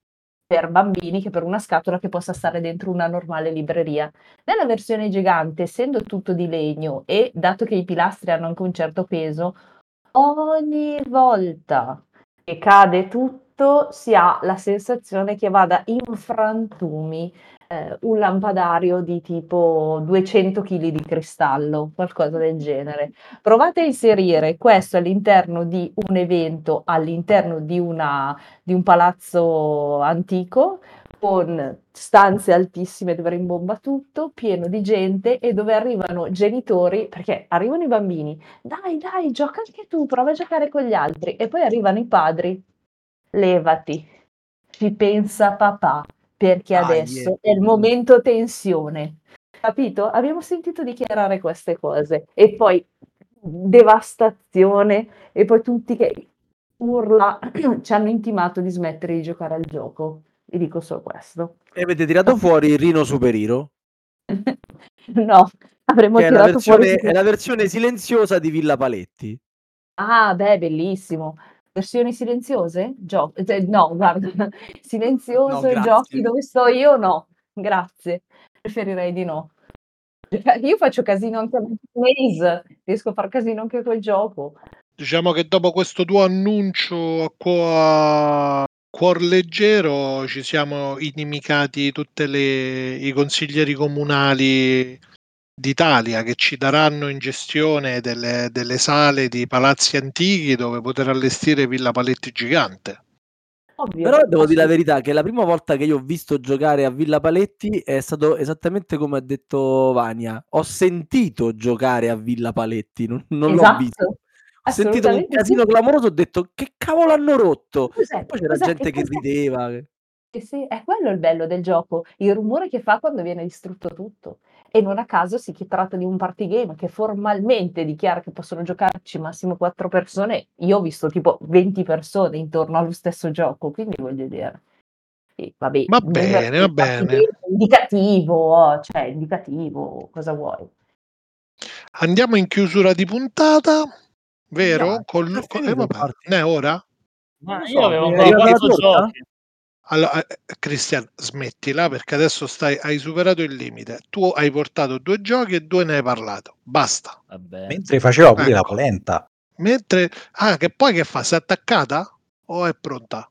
Speaker 6: per bambini che per una scatola che possa stare dentro una normale libreria. Nella versione gigante, essendo tutto di legno e dato che i pilastri hanno anche un certo peso, ogni volta che cade tutto si ha la sensazione che vada in frantumi un lampadario di tipo 200 kg di cristallo, qualcosa del genere. Provate a inserire questo all'interno di un evento, all'interno di un palazzo antico, con stanze altissime dove rimbomba tutto, pieno di gente e dove arrivano genitori, perché arrivano i bambini, dai, gioca anche tu, prova a giocare con gli altri, e poi arrivano i padri, levati, ci pensa papà, perché adesso è il momento tensione. Capito? Abbiamo sentito dichiarare queste cose e poi devastazione e poi tutti che urla ci hanno intimato di smettere di giocare al gioco. Vi dico solo questo.
Speaker 1: E avete tirato fuori il Rino Super Hero,
Speaker 6: No, avremmo
Speaker 1: che è
Speaker 6: tirato fuori.
Speaker 1: è la versione silenziosa di Villa Paletti.
Speaker 6: Ah, beh, bellissimo. Versioni silenziose? No, guarda,
Speaker 1: No,
Speaker 6: silenzioso e giochi
Speaker 1: grazie.
Speaker 6: dove sto io? No, grazie. Preferirei di no. Io faccio casino anche a Maze, riesco a far casino anche col gioco.
Speaker 4: Diciamo che dopo questo tuo annuncio a cuor leggero ci siamo inimicati tutti i consiglieri comunali d'Italia che ci daranno in gestione delle sale di palazzi antichi dove poter allestire Villa Paletti gigante.
Speaker 6: Ovvio,
Speaker 1: Però devo dire la
Speaker 6: assolutamente.
Speaker 1: verità che la prima volta che io ho visto giocare a Villa Paletti è stato esattamente come ha detto Vania. Ho sentito giocare a Villa Paletti, non l'ho visto.
Speaker 6: Esatto,
Speaker 1: Ho sentito un
Speaker 6: assolutamente sì.
Speaker 1: casino clamoroso, ho detto che cavolo hanno rotto?
Speaker 6: Cos'è?
Speaker 1: E poi c'era
Speaker 6: Cos'è?
Speaker 1: gente
Speaker 6: E
Speaker 1: che
Speaker 6: cos'è?
Speaker 1: rideva.
Speaker 6: Sì, è quello il bello del gioco, il rumore che fa quando viene distrutto tutto. E non a caso si tratta di un party game che formalmente dichiara che possono giocarci massimo 4 persone. Io ho visto tipo 20 persone intorno allo stesso gioco, quindi voglio dire. Sì, vabbè,
Speaker 4: Va
Speaker 6: il numero
Speaker 4: bene, va
Speaker 6: del party
Speaker 4: bene.
Speaker 6: game è indicativo, cioè indicativo, cosa vuoi?
Speaker 4: Andiamo in chiusura di puntata, vero?
Speaker 1: È finito il
Speaker 4: Vabbè,
Speaker 1: party?
Speaker 4: ne è ora?
Speaker 1: Non
Speaker 5: Ma
Speaker 1: lo
Speaker 5: io
Speaker 1: so,
Speaker 5: avevo
Speaker 1: è
Speaker 5: ancora
Speaker 1: arrivata la
Speaker 5: 4
Speaker 1: torta?
Speaker 5: giochi.
Speaker 4: Allora, Cristian, smettila perché adesso hai superato il limite. Tu hai portato 2 giochi e 2 ne hai parlato. Basta.
Speaker 5: Vabbè.
Speaker 8: Mentre faceva pure la
Speaker 4: Ecco.
Speaker 8: polenta.
Speaker 4: Mentre... che poi che fa? Si è attaccata? O è pronta?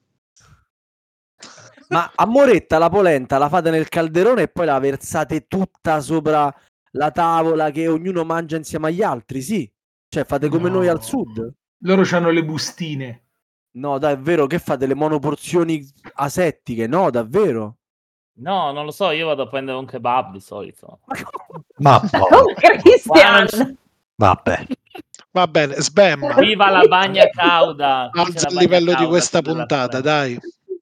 Speaker 1: Ma a Moretta la polenta la fate nel calderone e poi la versate tutta sopra la tavola che ognuno mangia insieme agli altri, sì? Cioè fate come noi al sud?
Speaker 3: Loro hanno le bustine.
Speaker 1: No, dai, è vero che fate le monoporzioni asettiche? No, davvero?
Speaker 5: No, non lo so, io vado a prendere un kebab di solito.
Speaker 8: Ma
Speaker 6: Oh, Christian!
Speaker 8: vabbè.
Speaker 4: Va bene, sbam.
Speaker 5: Viva la bagna cauda! Qui c'è
Speaker 4: Alza
Speaker 5: la
Speaker 4: il
Speaker 5: bagna
Speaker 4: livello di
Speaker 5: cauda
Speaker 4: questa
Speaker 5: della
Speaker 4: puntata,
Speaker 5: polenta.
Speaker 4: dai.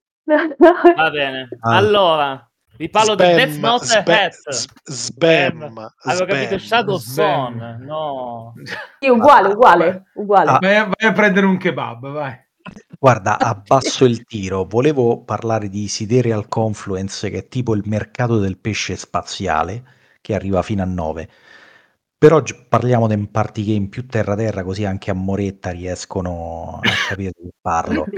Speaker 5: Va bene.
Speaker 8: Ah.
Speaker 5: Allora, vi parlo di Death Note Hat.
Speaker 4: Sbam.
Speaker 5: Avevo capito Shadow
Speaker 3: Sbam.
Speaker 5: Son. No.
Speaker 6: Sì, uguale.
Speaker 8: Ah.
Speaker 3: Vai a prendere un kebab, vai.
Speaker 8: Guarda, abbasso il tiro. Volevo parlare di Sidereal Confluence, che è tipo il mercato del pesce spaziale, che arriva fino a 9. Però parliamo di un party game più terra-terra, così anche a Moretta riescono a capire di che parlo.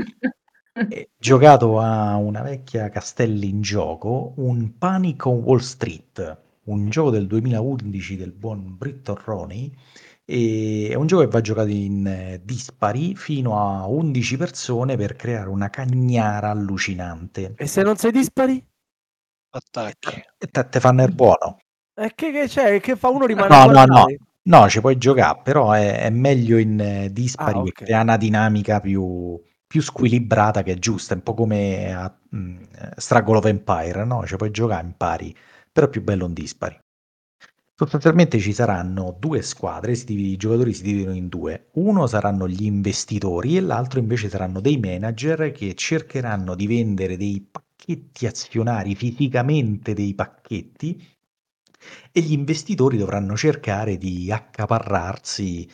Speaker 8: Giocato a una vecchia Castelli in gioco, un Panic on Wall Street, un gioco del 2011 del buon Britton Roney. È un gioco che va giocato in dispari fino a 11 persone per creare una cagnara allucinante.
Speaker 1: E se non sei dispari?
Speaker 4: Attacchi.
Speaker 8: E te fanno il buono.
Speaker 1: E che c'è? Che fa uno rimane a
Speaker 8: No,
Speaker 1: guardare?
Speaker 8: no, ci puoi giocare, però è meglio in dispari
Speaker 1: Ah,
Speaker 8: che
Speaker 1: ok.
Speaker 8: crea una dinamica più squilibrata, che è giusta, un po' come a Struggle of Empire, no? Ci puoi giocare in pari, però è più bello in dispari. Sostanzialmente ci saranno 2 squadre, i giocatori si dividono in 2. Uno saranno gli investitori e l'altro invece saranno dei manager che cercheranno di vendere dei pacchetti azionari, fisicamente dei pacchetti, e gli investitori dovranno cercare di accaparrarsi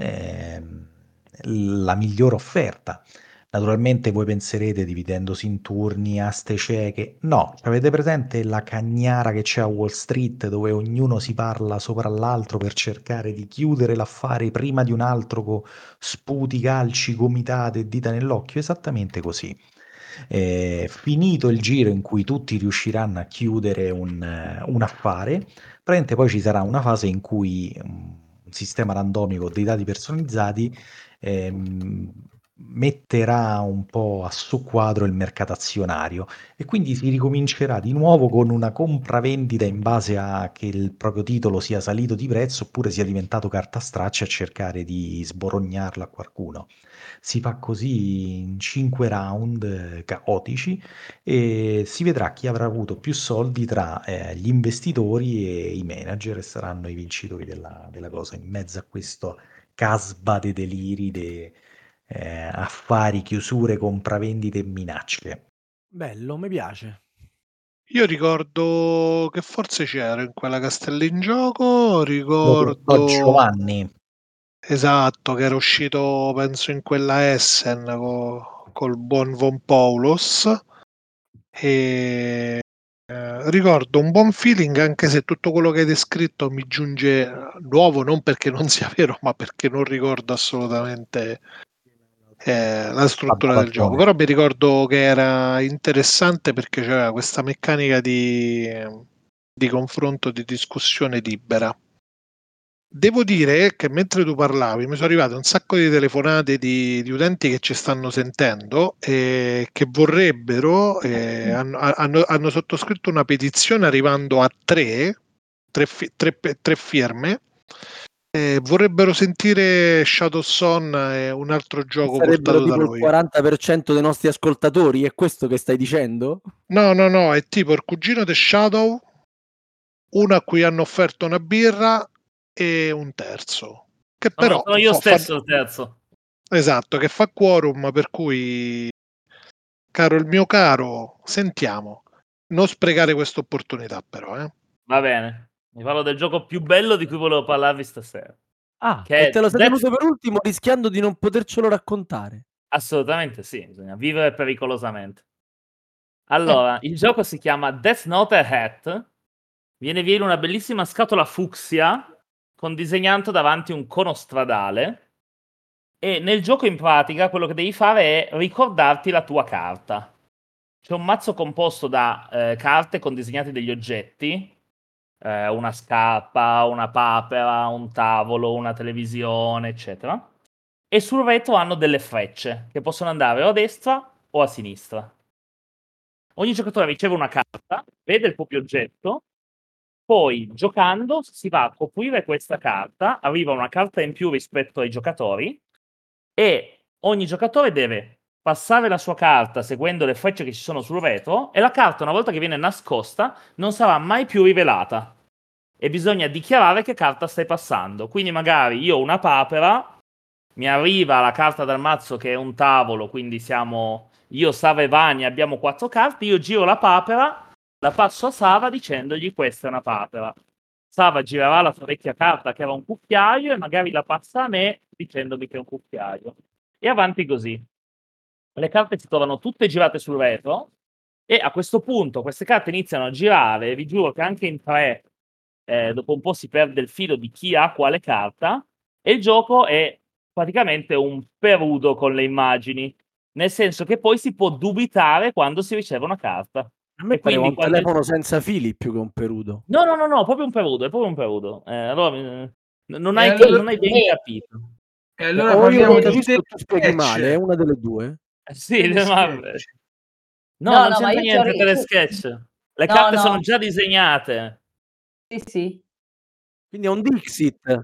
Speaker 8: la migliore offerta. Naturalmente voi penserete, dividendosi in turni, aste cieche. No, avete presente la cagnara che c'è a Wall Street, dove ognuno si parla sopra l'altro per cercare di chiudere l'affare prima di un altro, con sputi, calci, gomitate e dita nell'occhio? Esattamente così. Finito il giro in cui tutti riusciranno a chiudere un affare, praticamente poi ci sarà una fase in cui un sistema randomico dei dati personalizzati metterà un po' a soqquadro il mercato azionario e quindi si ricomincerà di nuovo con una compravendita in base a che il proprio titolo sia salito di prezzo oppure sia diventato carta straccia a cercare di sborognarlo a qualcuno. Si fa così in 5 round caotici e si vedrà chi avrà avuto più soldi tra gli investitori e i manager e saranno i vincitori della cosa in mezzo a questo casba dei deliri, affari, chiusure, compravendite e minacce.
Speaker 1: Bello, mi piace.
Speaker 4: Io ricordo che forse c'ero in quella Castello in Gioco,
Speaker 8: Lo
Speaker 4: ricordo
Speaker 8: Giovanni.
Speaker 4: esatto che era uscito penso in quella Essen col buon Von Paulos e ricordo un buon feeling, anche se tutto quello che hai descritto mi giunge nuovo, non perché non sia vero, ma perché non ricordo assolutamente la struttura del gioco. Però mi ricordo che era interessante perché c'era questa meccanica di confronto, di discussione libera. Devo dire che mentre tu parlavi mi sono arrivate un sacco di telefonate di utenti che ci stanno sentendo e che vorrebbero, hanno sottoscritto una petizione arrivando a tre firme. Vorrebbero sentire Shadowson e un altro gioco
Speaker 1: Sarebbero
Speaker 4: portato da
Speaker 1: tipo il
Speaker 4: noi.
Speaker 1: 40% dei nostri ascoltatori, è questo che stai dicendo?
Speaker 4: No, è tipo il cugino di Shadow, uno a cui hanno offerto una birra e un terzo. Che però
Speaker 5: sono io stesso il terzo.
Speaker 4: Esatto, che fa quorum, per cui caro il mio caro, sentiamo. Non sprecare questa opportunità però,
Speaker 5: Va bene. Mi parlo del gioco più bello di cui volevo parlarvi stasera. Che
Speaker 1: E
Speaker 5: è
Speaker 1: te lo sei
Speaker 5: Death-
Speaker 1: tenuto per ultimo rischiando di non potercelo raccontare.
Speaker 5: Assolutamente sì, bisogna vivere pericolosamente. Allora, il gioco si chiama Death Note Hat. Viene via in una bellissima scatola fucsia con disegnato davanti un cono stradale. E nel gioco in pratica quello che devi fare è ricordarti la tua carta. C'è un mazzo composto da carte con disegnati degli oggetti, una scarpa, una papera, un tavolo, una televisione, eccetera. E sul retro hanno delle frecce che possono andare o a destra o a sinistra. Ogni giocatore riceve una carta, vede il proprio oggetto, poi giocando si va a coprire questa carta, arriva una carta in più rispetto ai giocatori e ogni giocatore deve passare la sua carta seguendo le frecce che ci sono sul retro e la carta, una volta che viene nascosta, non sarà mai più rivelata e bisogna dichiarare che carta stai passando. Quindi magari io ho una papera, mi arriva la carta dal mazzo che è un tavolo, quindi siamo io, Sava e Vania, abbiamo 4 carte, io giro la papera, la passo a Sava dicendogli questa è una papera. Sava girerà la sua vecchia carta che era un cucchiaio e magari la passa a me dicendomi che è un cucchiaio. E avanti così. Le carte si trovano tutte girate sul retro e a questo punto queste carte iniziano a girare. Vi giuro che anche in 3 dopo un po' si perde il filo di chi ha quale carta e il gioco è praticamente un perudo con le immagini, nel senso che poi si può dubitare quando si riceve una carta.
Speaker 1: A me
Speaker 5: E
Speaker 1: pareva
Speaker 5: quindi
Speaker 1: un
Speaker 5: quando
Speaker 1: telefono senza fili più che un perudo.
Speaker 5: No, proprio un perudo, è proprio un perudo. Allora, non
Speaker 3: E
Speaker 5: hai
Speaker 3: allora-
Speaker 5: non hai ben capito.
Speaker 3: E allora
Speaker 1: O io
Speaker 3: parliamo
Speaker 1: non
Speaker 3: di
Speaker 1: capisco o tu spieghi
Speaker 3: sketch.
Speaker 1: male, è una delle due.
Speaker 5: Sì,
Speaker 3: Degli
Speaker 5: ma
Speaker 3: sketch.
Speaker 5: no,
Speaker 6: No,
Speaker 5: non
Speaker 6: no, ma
Speaker 5: c'entra
Speaker 6: io ci ho
Speaker 5: niente per le
Speaker 6: ri-
Speaker 5: sketch. Le
Speaker 6: No,
Speaker 5: carte
Speaker 6: no.
Speaker 5: sono già disegnate.
Speaker 6: Sì, sì.
Speaker 1: Quindi è un Dixit.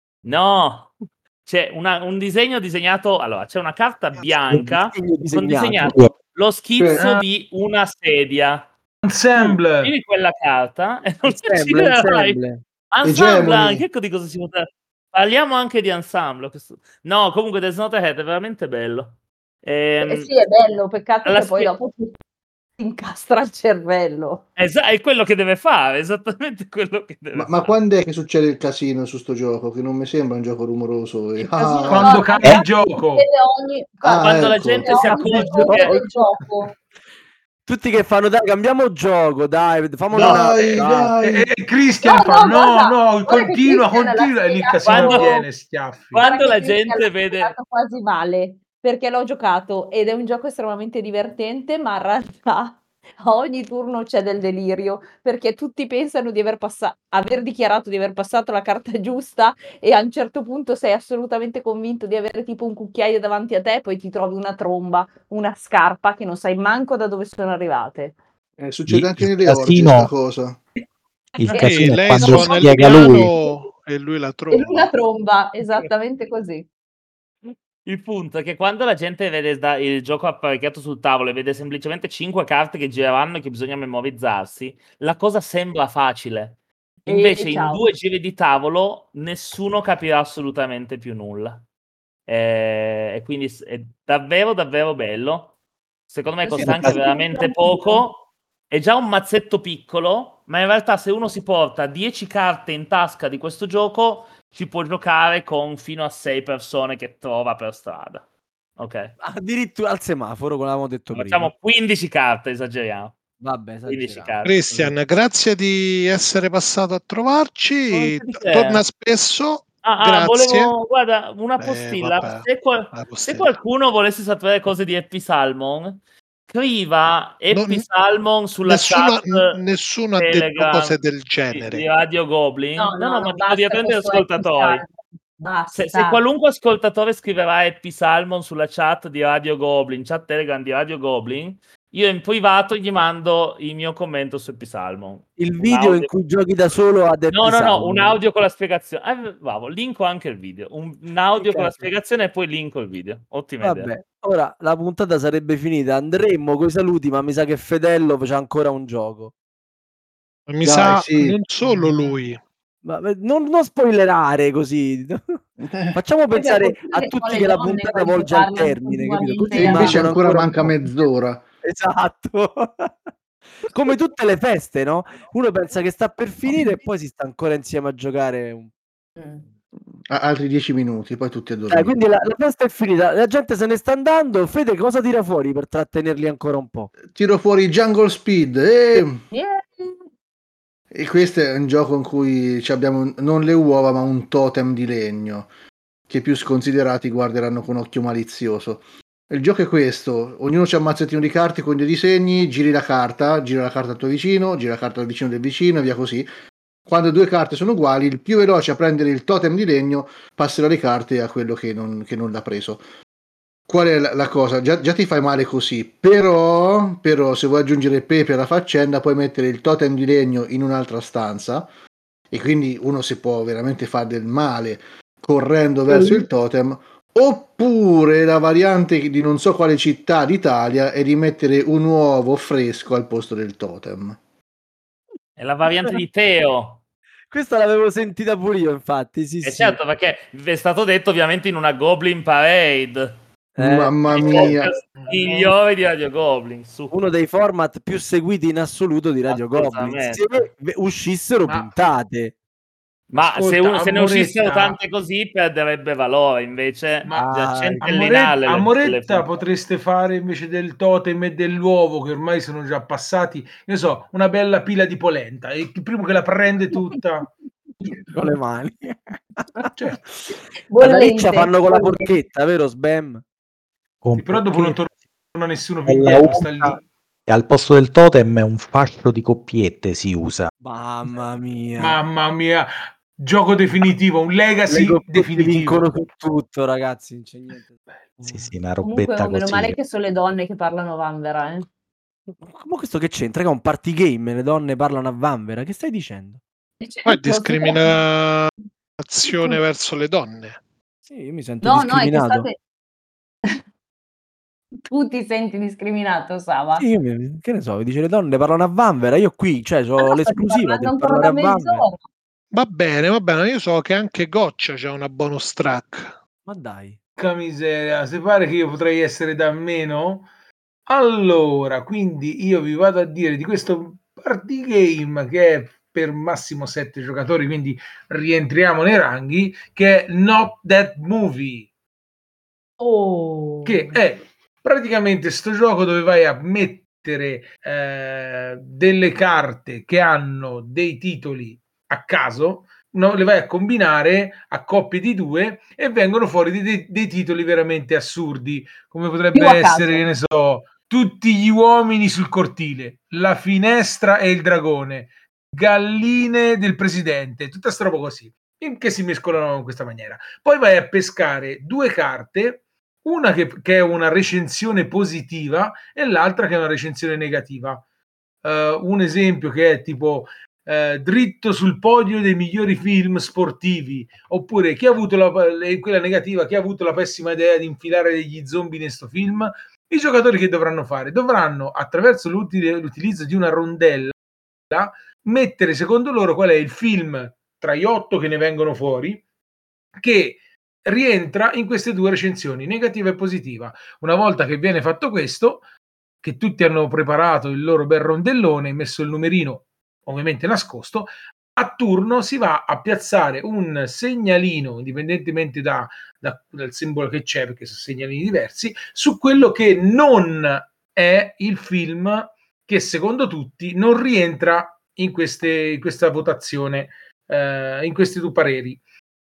Speaker 5: No, c'è un disegno disegnato. Allora, c'è una carta bianca
Speaker 1: disegno
Speaker 5: con
Speaker 1: disegnato.
Speaker 5: disegnato lo schizzo
Speaker 3: Ah.
Speaker 5: di una sedia.
Speaker 3: Ensemble.
Speaker 5: Tiri quella carta e non ci
Speaker 1: Ensemble,
Speaker 5: girerai.
Speaker 1: ensemble.
Speaker 5: Ensemble,
Speaker 2: Hegemony.
Speaker 5: anche ecco di cosa si può. Parliamo anche di ensemble. No, comunque Death Note Head è veramente bello.
Speaker 6: Sì, è bello, peccato
Speaker 5: alla
Speaker 6: che poi
Speaker 5: spie-
Speaker 6: dopo ti incastra il cervello.
Speaker 5: è quello che deve fare, esattamente quello che deve
Speaker 2: Ma
Speaker 5: fare.
Speaker 2: quando è che succede il casino su sto gioco? Che non mi sembra un gioco rumoroso.
Speaker 6: Il casino
Speaker 3: Quando
Speaker 6: no,
Speaker 3: cambia il
Speaker 6: ragazzi,
Speaker 3: gioco.
Speaker 6: succede ogni,
Speaker 5: Quando la
Speaker 2: ecco.
Speaker 5: gente si
Speaker 6: ogni
Speaker 5: accorge
Speaker 6: secondo
Speaker 5: che
Speaker 6: del gioco.
Speaker 1: Tutti che fanno, dai, cambiamo gioco, dai, famolo
Speaker 2: Dai.
Speaker 3: E Christian fa
Speaker 6: guarda, guarda che
Speaker 3: continua
Speaker 6: Christian l'ha
Speaker 3: e lì il
Speaker 6: spiegato-
Speaker 3: casino
Speaker 5: Quando-
Speaker 3: viene, schiaffi.
Speaker 5: Quando
Speaker 6: guarda
Speaker 5: la
Speaker 6: che Christian
Speaker 5: gente
Speaker 6: l'ha
Speaker 5: vede
Speaker 6: spiegato quasi male. perché l'ho giocato ed è un gioco estremamente divertente, ma in realtà a ogni turno c'è del delirio, perché tutti pensano di aver dichiarato di aver passato la carta giusta e a un certo punto sei assolutamente convinto di avere tipo un cucchiaio davanti a te, poi ti trovi una tromba, una scarpa che non sai manco da dove sono arrivate.
Speaker 2: Succede anche
Speaker 8: Il
Speaker 2: nelle orge
Speaker 8: casino-
Speaker 2: sta cosa.
Speaker 8: Il
Speaker 4: Sì,
Speaker 8: casino è
Speaker 4: lei
Speaker 8: quando
Speaker 4: suona il
Speaker 8: spiega lui.
Speaker 4: piano e lui la
Speaker 6: E lui la
Speaker 4: tromba.
Speaker 6: tromba, esattamente così.
Speaker 5: Il punto è che quando la gente vede il gioco apparecchiato sul tavolo e vede semplicemente 5 carte che gireranno e che bisogna memorizzarsi, la cosa sembra facile. Invece in
Speaker 6: ciao.
Speaker 5: 2 giri di tavolo nessuno capirà assolutamente più nulla. E quindi è davvero davvero bello. Secondo me
Speaker 6: Sì,
Speaker 5: costa anche
Speaker 6: sì,
Speaker 5: veramente
Speaker 6: sì.
Speaker 5: poco. È già un mazzetto piccolo, ma in realtà se uno si porta 10 carte in tasca di questo gioco ci può giocare con fino a 6 persone che trova per strada. Ok.
Speaker 1: Addirittura al semaforo, come avevamo detto prima.
Speaker 5: Facciamo 15 carte, esageriamo.
Speaker 1: Vabbè,
Speaker 5: 15
Speaker 1: esagerato.
Speaker 5: carte.
Speaker 4: Cristian, grazie di essere passato a trovarci.
Speaker 5: Niente di che.
Speaker 4: Torna spesso.
Speaker 5: Ah,
Speaker 4: Grazie.
Speaker 5: volevo, guarda, una postilla.
Speaker 4: Vabbè,
Speaker 5: Se
Speaker 4: la postilla.
Speaker 5: qualcuno volesse sapere cose di Happy Salmon, scriva Happy
Speaker 4: Non-
Speaker 5: Salmon sulla chat
Speaker 4: nessuno ha detto
Speaker 5: Telegram
Speaker 4: cose del
Speaker 5: di
Speaker 4: genere.
Speaker 5: Radio Goblin. No, ma dico di
Speaker 6: basta
Speaker 5: prendere
Speaker 6: questo Happy
Speaker 5: ascoltatori.
Speaker 6: Salmon. Basta.
Speaker 5: Se qualunque ascoltatore scriverà Happy Salmon sulla chat di Radio Goblin, chat Telegram di Radio Goblin, io in privato gli mando il mio commento su Happy Salmon.
Speaker 1: Il
Speaker 5: Un
Speaker 1: video in
Speaker 5: audio.
Speaker 1: cui giochi da solo ad Happy
Speaker 5: No,
Speaker 1: Salmon.
Speaker 5: un audio con la spiegazione. Bravo, linko anche il video. Un audio con la
Speaker 1: Ok.
Speaker 5: spiegazione e poi linko il video. Ottima idea.
Speaker 1: Vabbè, ora la puntata sarebbe finita. Andremmo coi saluti, ma mi sa che Fedello c'ha ancora un gioco.
Speaker 4: Mi
Speaker 2: Dai,
Speaker 4: sa
Speaker 2: sì.
Speaker 4: non solo lui.
Speaker 1: Ma non spoilerare così. Facciamo
Speaker 6: Poi
Speaker 1: pensare
Speaker 6: per
Speaker 1: a
Speaker 6: fortuna
Speaker 1: tutti
Speaker 6: le
Speaker 1: che la
Speaker 6: donne
Speaker 1: puntata
Speaker 6: quando
Speaker 1: volge al
Speaker 6: parlano
Speaker 1: termine, capito? Così
Speaker 2: E invece
Speaker 1: rimangono
Speaker 2: ancora manca
Speaker 1: un po'.
Speaker 2: mezz'ora.
Speaker 1: Esatto. Come tutte le feste, no? Uno pensa che sta per finire e poi si sta ancora insieme a giocare.
Speaker 2: Altri 10 minuti, poi tutti a dormire.
Speaker 1: Quindi la festa è finita, la gente se ne sta andando. Fede, cosa tira fuori per trattenerli ancora un po'?
Speaker 2: Tiro fuori Jungle Speed. E questo è un gioco in cui abbiamo non le uova, ma un totem di legno, che i più sconsiderati guarderanno con occhio malizioso. Il gioco è questo: ognuno c'ha un mazzettino di carte con dei disegni, gira la carta al tuo vicino, gira la carta al vicino del vicino e via così. Quando 2 carte sono uguali, il più veloce a prendere il totem di legno passerà le carte a quello che non l'ha preso. Qual è la cosa? Già ti fai male così, però se vuoi aggiungere pepe alla faccenda puoi mettere il totem di legno in un'altra stanza e quindi uno si può veramente fare del male correndo verso il totem, oppure la variante di non so quale città d'Italia è di mettere un uovo fresco al posto del totem.
Speaker 5: È la variante di Teo.
Speaker 1: Questa l'avevo sentita pure io, infatti. Sì,
Speaker 5: E
Speaker 1: sì.
Speaker 5: certo, perché è stato detto ovviamente in una Goblin Parade.
Speaker 2: Mamma
Speaker 5: Il
Speaker 2: mia.
Speaker 5: podcast migliore di Radio Goblin.
Speaker 1: Uno dei format più seguiti in assoluto di Radio Goblin. Se uscissero puntate.
Speaker 5: Ma
Speaker 3: Ascolta,
Speaker 5: se ne uscissero
Speaker 3: Amoretta-
Speaker 5: tante così perderebbe valore, invece
Speaker 3: Ma
Speaker 5: già
Speaker 3: a
Speaker 5: centellinale
Speaker 3: Moretta, a Moretta
Speaker 5: le-
Speaker 3: potreste fare invece del totem e dell'uovo, che ormai sono già passati, io so, una bella pila di polenta e il primo che la prende tutta.
Speaker 1: Con le mani.
Speaker 3: Certo.
Speaker 1: La riccia fanno con la porchetta, vero Sbam?
Speaker 3: Sì, però dopo non torna nessuno più
Speaker 8: È la
Speaker 3: indietro, sta
Speaker 8: unta,
Speaker 3: lì.
Speaker 8: e al posto del totem è un fascio di coppiette si usa.
Speaker 1: Mamma mia.
Speaker 3: Mamma mia, gioco definitivo, un
Speaker 1: Le
Speaker 3: legacy
Speaker 1: coppiette
Speaker 3: definitivo.
Speaker 1: vincono su tutto, ragazzi, non c'è niente.
Speaker 8: Sì, una
Speaker 6: Comunque,
Speaker 8: robetta
Speaker 6: meno
Speaker 8: così.
Speaker 6: male che sono le donne che parlano vanvera, eh.
Speaker 1: Ma questo che c'entra? Che è un party game, le donne parlano a vanvera. Che stai dicendo?
Speaker 4: Poi discriminazione verso le donne.
Speaker 1: Sì, io mi sento
Speaker 6: No, è che
Speaker 1: discriminato.
Speaker 6: state... Tu ti senti discriminato, Sava?
Speaker 1: Sì, che ne so, dice le donne parlano a vanvera. Io qui, cioè, ho l'esclusiva del parlare a vanvera.
Speaker 4: Va bene, io so che anche Goccia c'ha una bonus track.
Speaker 1: Ma dai.
Speaker 3: Porca miseria, se pare che io potrei essere da meno. Allora, quindi io vi vado a dire di questo party game che è per massimo 7 giocatori, quindi rientriamo nei ranghi, che è Not That Movie. Che è praticamente sto gioco dove vai a mettere delle carte che hanno dei titoli a caso, le vai a combinare a coppie di 2 e vengono fuori dei titoli veramente assurdi, come potrebbe
Speaker 6: Più a
Speaker 3: essere,
Speaker 6: caso.
Speaker 3: che ne so, Tutti gli uomini sul cortile, La finestra e il dragone, Galline del presidente, tutta sta roba così, che si mescolano in questa maniera. Poi vai a pescare 2 carte, una che è una recensione positiva e l'altra che è una recensione negativa. Un esempio che è tipo dritto sul podio dei migliori film sportivi, oppure chi ha avuto quella negativa, chi ha avuto la pessima idea di infilare degli zombie in sto film. I giocatori che dovranno fare? Dovranno, attraverso l'utilizzo di una rondella, mettere secondo loro qual è il film tra gli 8 che ne vengono fuori che rientra in queste 2 recensioni, negativa e positiva. Una volta che viene fatto questo, che tutti hanno preparato il loro bel rondellone, messo il numerino ovviamente nascosto, a turno si va a piazzare un segnalino, indipendentemente dal simbolo che c'è, perché sono segnalini diversi, su quello che non è il film che secondo tutti non rientra in questa votazione, in questi 2 pareri.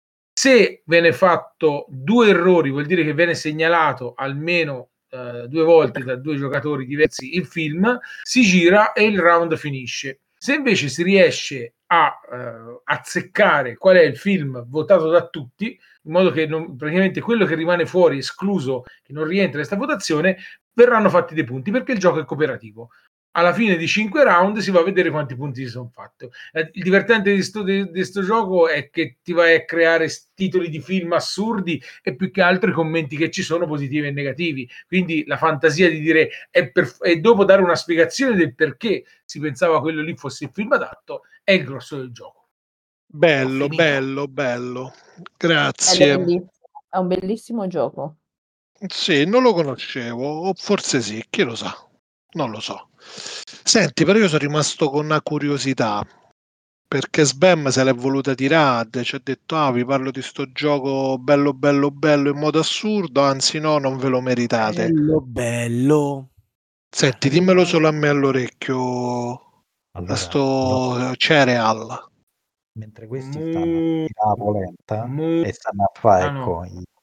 Speaker 3: Se viene fatto 2 errori, vuol dire che viene segnalato almeno 2 volte da 2 giocatori diversi il film, si gira e il round finisce. Se invece si riesce a azzeccare qual è il film votato da tutti, in modo che praticamente quello che rimane fuori, escluso, che non rientra in questa votazione, verranno fatti dei punti, perché il gioco è cooperativo. Alla fine di 5 round si va a vedere quanti punti si sono fatti. Il divertente di sto gioco è che ti vai a creare titoli di film assurdi e più che altro i commenti che ci sono, positivi e negativi. Quindi la fantasia di dire e dopo dare una spiegazione del perché si pensava quello lì fosse il film adatto è il grosso del gioco.
Speaker 4: Bello,
Speaker 3: Ho finito.
Speaker 4: bello, bello.
Speaker 6: È
Speaker 4: Grazie.
Speaker 6: bellissimo, è un bellissimo gioco.
Speaker 4: Sì, non lo conoscevo, o forse sì, chi lo sa, non lo so. Senti, però io sono rimasto con una curiosità, perché Sbam se l'è voluta tirare, ci ha detto, ah, vi parlo di sto gioco bello, bello, bello in modo assurdo, anzi no, non ve lo meritate.
Speaker 1: Bello, bello.
Speaker 4: Senti, dimmelo solo a me all'orecchio,
Speaker 8: Allora,
Speaker 4: a sto Cereal.
Speaker 8: mentre questi stanno a tirare la polenta e stanno a fare, ecco,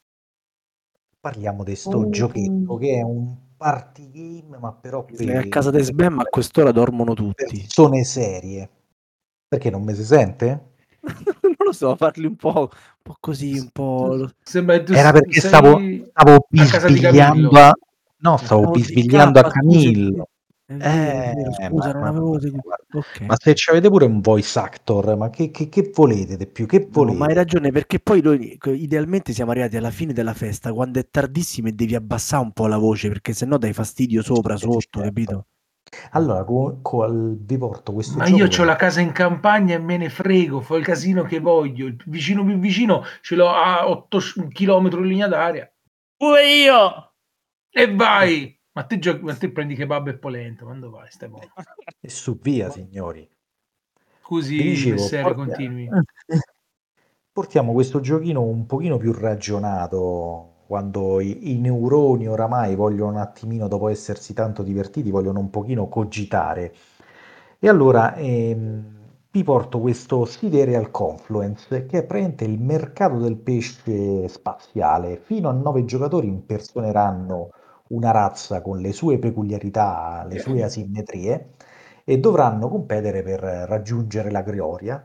Speaker 8: parliamo di sto giochetto che è un party game, ma però
Speaker 1: Se a casa di Sbam a quest'ora dormono tutti.
Speaker 8: persone serie. Perché non mi si sente?
Speaker 1: Non lo so, parli un po' così, un po'.
Speaker 3: Sembra che tu
Speaker 8: Era perché
Speaker 3: sei
Speaker 8: stavo
Speaker 3: a casa di
Speaker 8: bisbigliando
Speaker 3: Camillo.
Speaker 8: no, stavo
Speaker 1: Stavo
Speaker 8: bisbigliando a
Speaker 1: TK, scusa,
Speaker 8: Camillo.
Speaker 1: è vero, scusa, non avevo
Speaker 8: Guarda,
Speaker 1: ok.
Speaker 8: ma se ci avete pure un voice actor, ma che volete di più? Che
Speaker 1: No, ma hai
Speaker 8: volete?
Speaker 1: ragione, perché poi noi idealmente siamo arrivati alla fine della festa, quando è tardissimo e devi abbassare un po' la voce, perché sennò dai fastidio sopra, sotto,
Speaker 8: Certo.
Speaker 1: capito?
Speaker 8: Allora, vi porto questo
Speaker 3: Ma
Speaker 8: gioco
Speaker 3: io
Speaker 8: che
Speaker 3: ho la casa in campagna e me ne frego, fo il casino che voglio. Il vicino più vicino ce l'ho a 8 chilometri in linea d'aria.
Speaker 5: Pure io!
Speaker 3: E vai! Ma te prendi kebab e polenta, quando vai? Stai buono.
Speaker 8: è su via, signori. Vi
Speaker 3: Scusi,
Speaker 8: dicevo,
Speaker 3: messere, continui.
Speaker 8: portiamo questo giochino un pochino più ragionato, quando i neuroni oramai vogliono un attimino, dopo essersi tanto divertiti, vogliono un pochino cogitare. E allora vi porto questo Sidereal Confluence, che è praticamente il mercato del pesce spaziale. Fino a 9 giocatori impersoneranno una razza con le sue peculiarità, le sue asimmetrie, e dovranno competere per raggiungere la gloria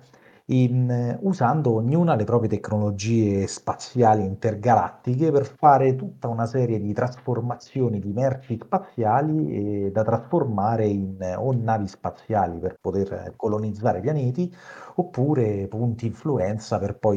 Speaker 8: usando ognuna le proprie tecnologie spaziali intergalattiche per fare tutta una serie di trasformazioni di merci spaziali da trasformare in o navi spaziali per poter colonizzare pianeti oppure punti influenza per poi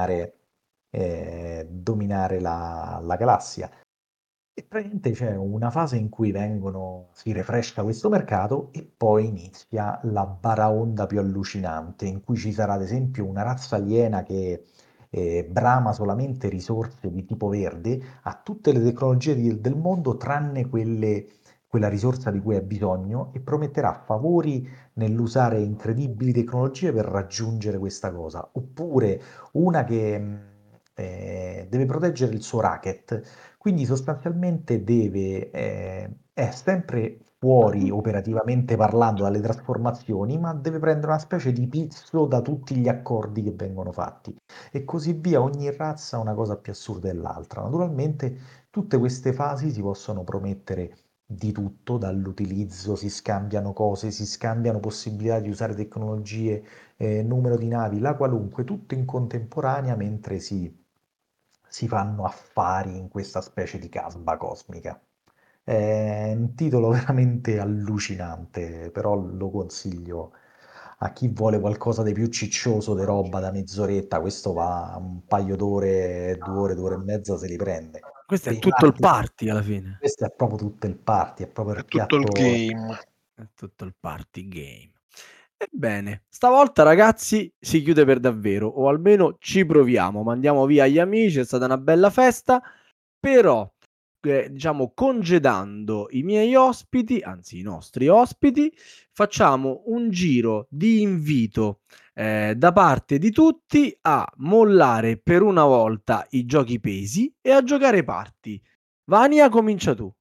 Speaker 8: dominare la galassia. E praticamente c'è una fase in cui si refresca questo mercato e poi inizia la baraonda più allucinante, in cui ci sarà ad esempio una razza aliena che brama solamente risorse di tipo verde, ha tutte le tecnologie del mondo tranne quella risorsa di cui ha bisogno e prometterà favori nell'usare incredibili tecnologie per raggiungere questa cosa. Oppure una che deve proteggere il suo racket, quindi sostanzialmente è sempre fuori operativamente parlando dalle trasformazioni, ma deve prendere una specie di pizzo da tutti gli accordi che vengono fatti e così via. Ogni razza ha una cosa più assurda dell'altra. Naturalmente tutte queste fasi si possono promettere di tutto, dall'utilizzo, si scambiano cose, si scambiano possibilità di usare tecnologie, numero di navi, la qualunque, tutto in contemporanea mentre si fanno affari in questa specie di casba cosmica. È un titolo veramente allucinante, però lo consiglio a chi vuole qualcosa di più ciccioso, di roba da mezz'oretta. Questo va un paio d'ore, 2 ore, 2 ore e mezza se li prende.
Speaker 1: Questo è
Speaker 8: Per i
Speaker 1: tutto il
Speaker 8: party,
Speaker 1: party alla fine.
Speaker 8: questo è proprio tutto il party, è proprio il
Speaker 4: È tutto il
Speaker 8: piatto.
Speaker 4: game.
Speaker 1: È tutto il party game. Ebbene, stavolta ragazzi si chiude per davvero, o almeno ci proviamo, mandiamo via gli amici, è stata una bella festa, però diciamo congedando i miei ospiti, anzi i nostri ospiti, facciamo un giro di invito da parte di tutti a mollare per una volta i giochi pesi e a giocare party. Vania, comincia tu.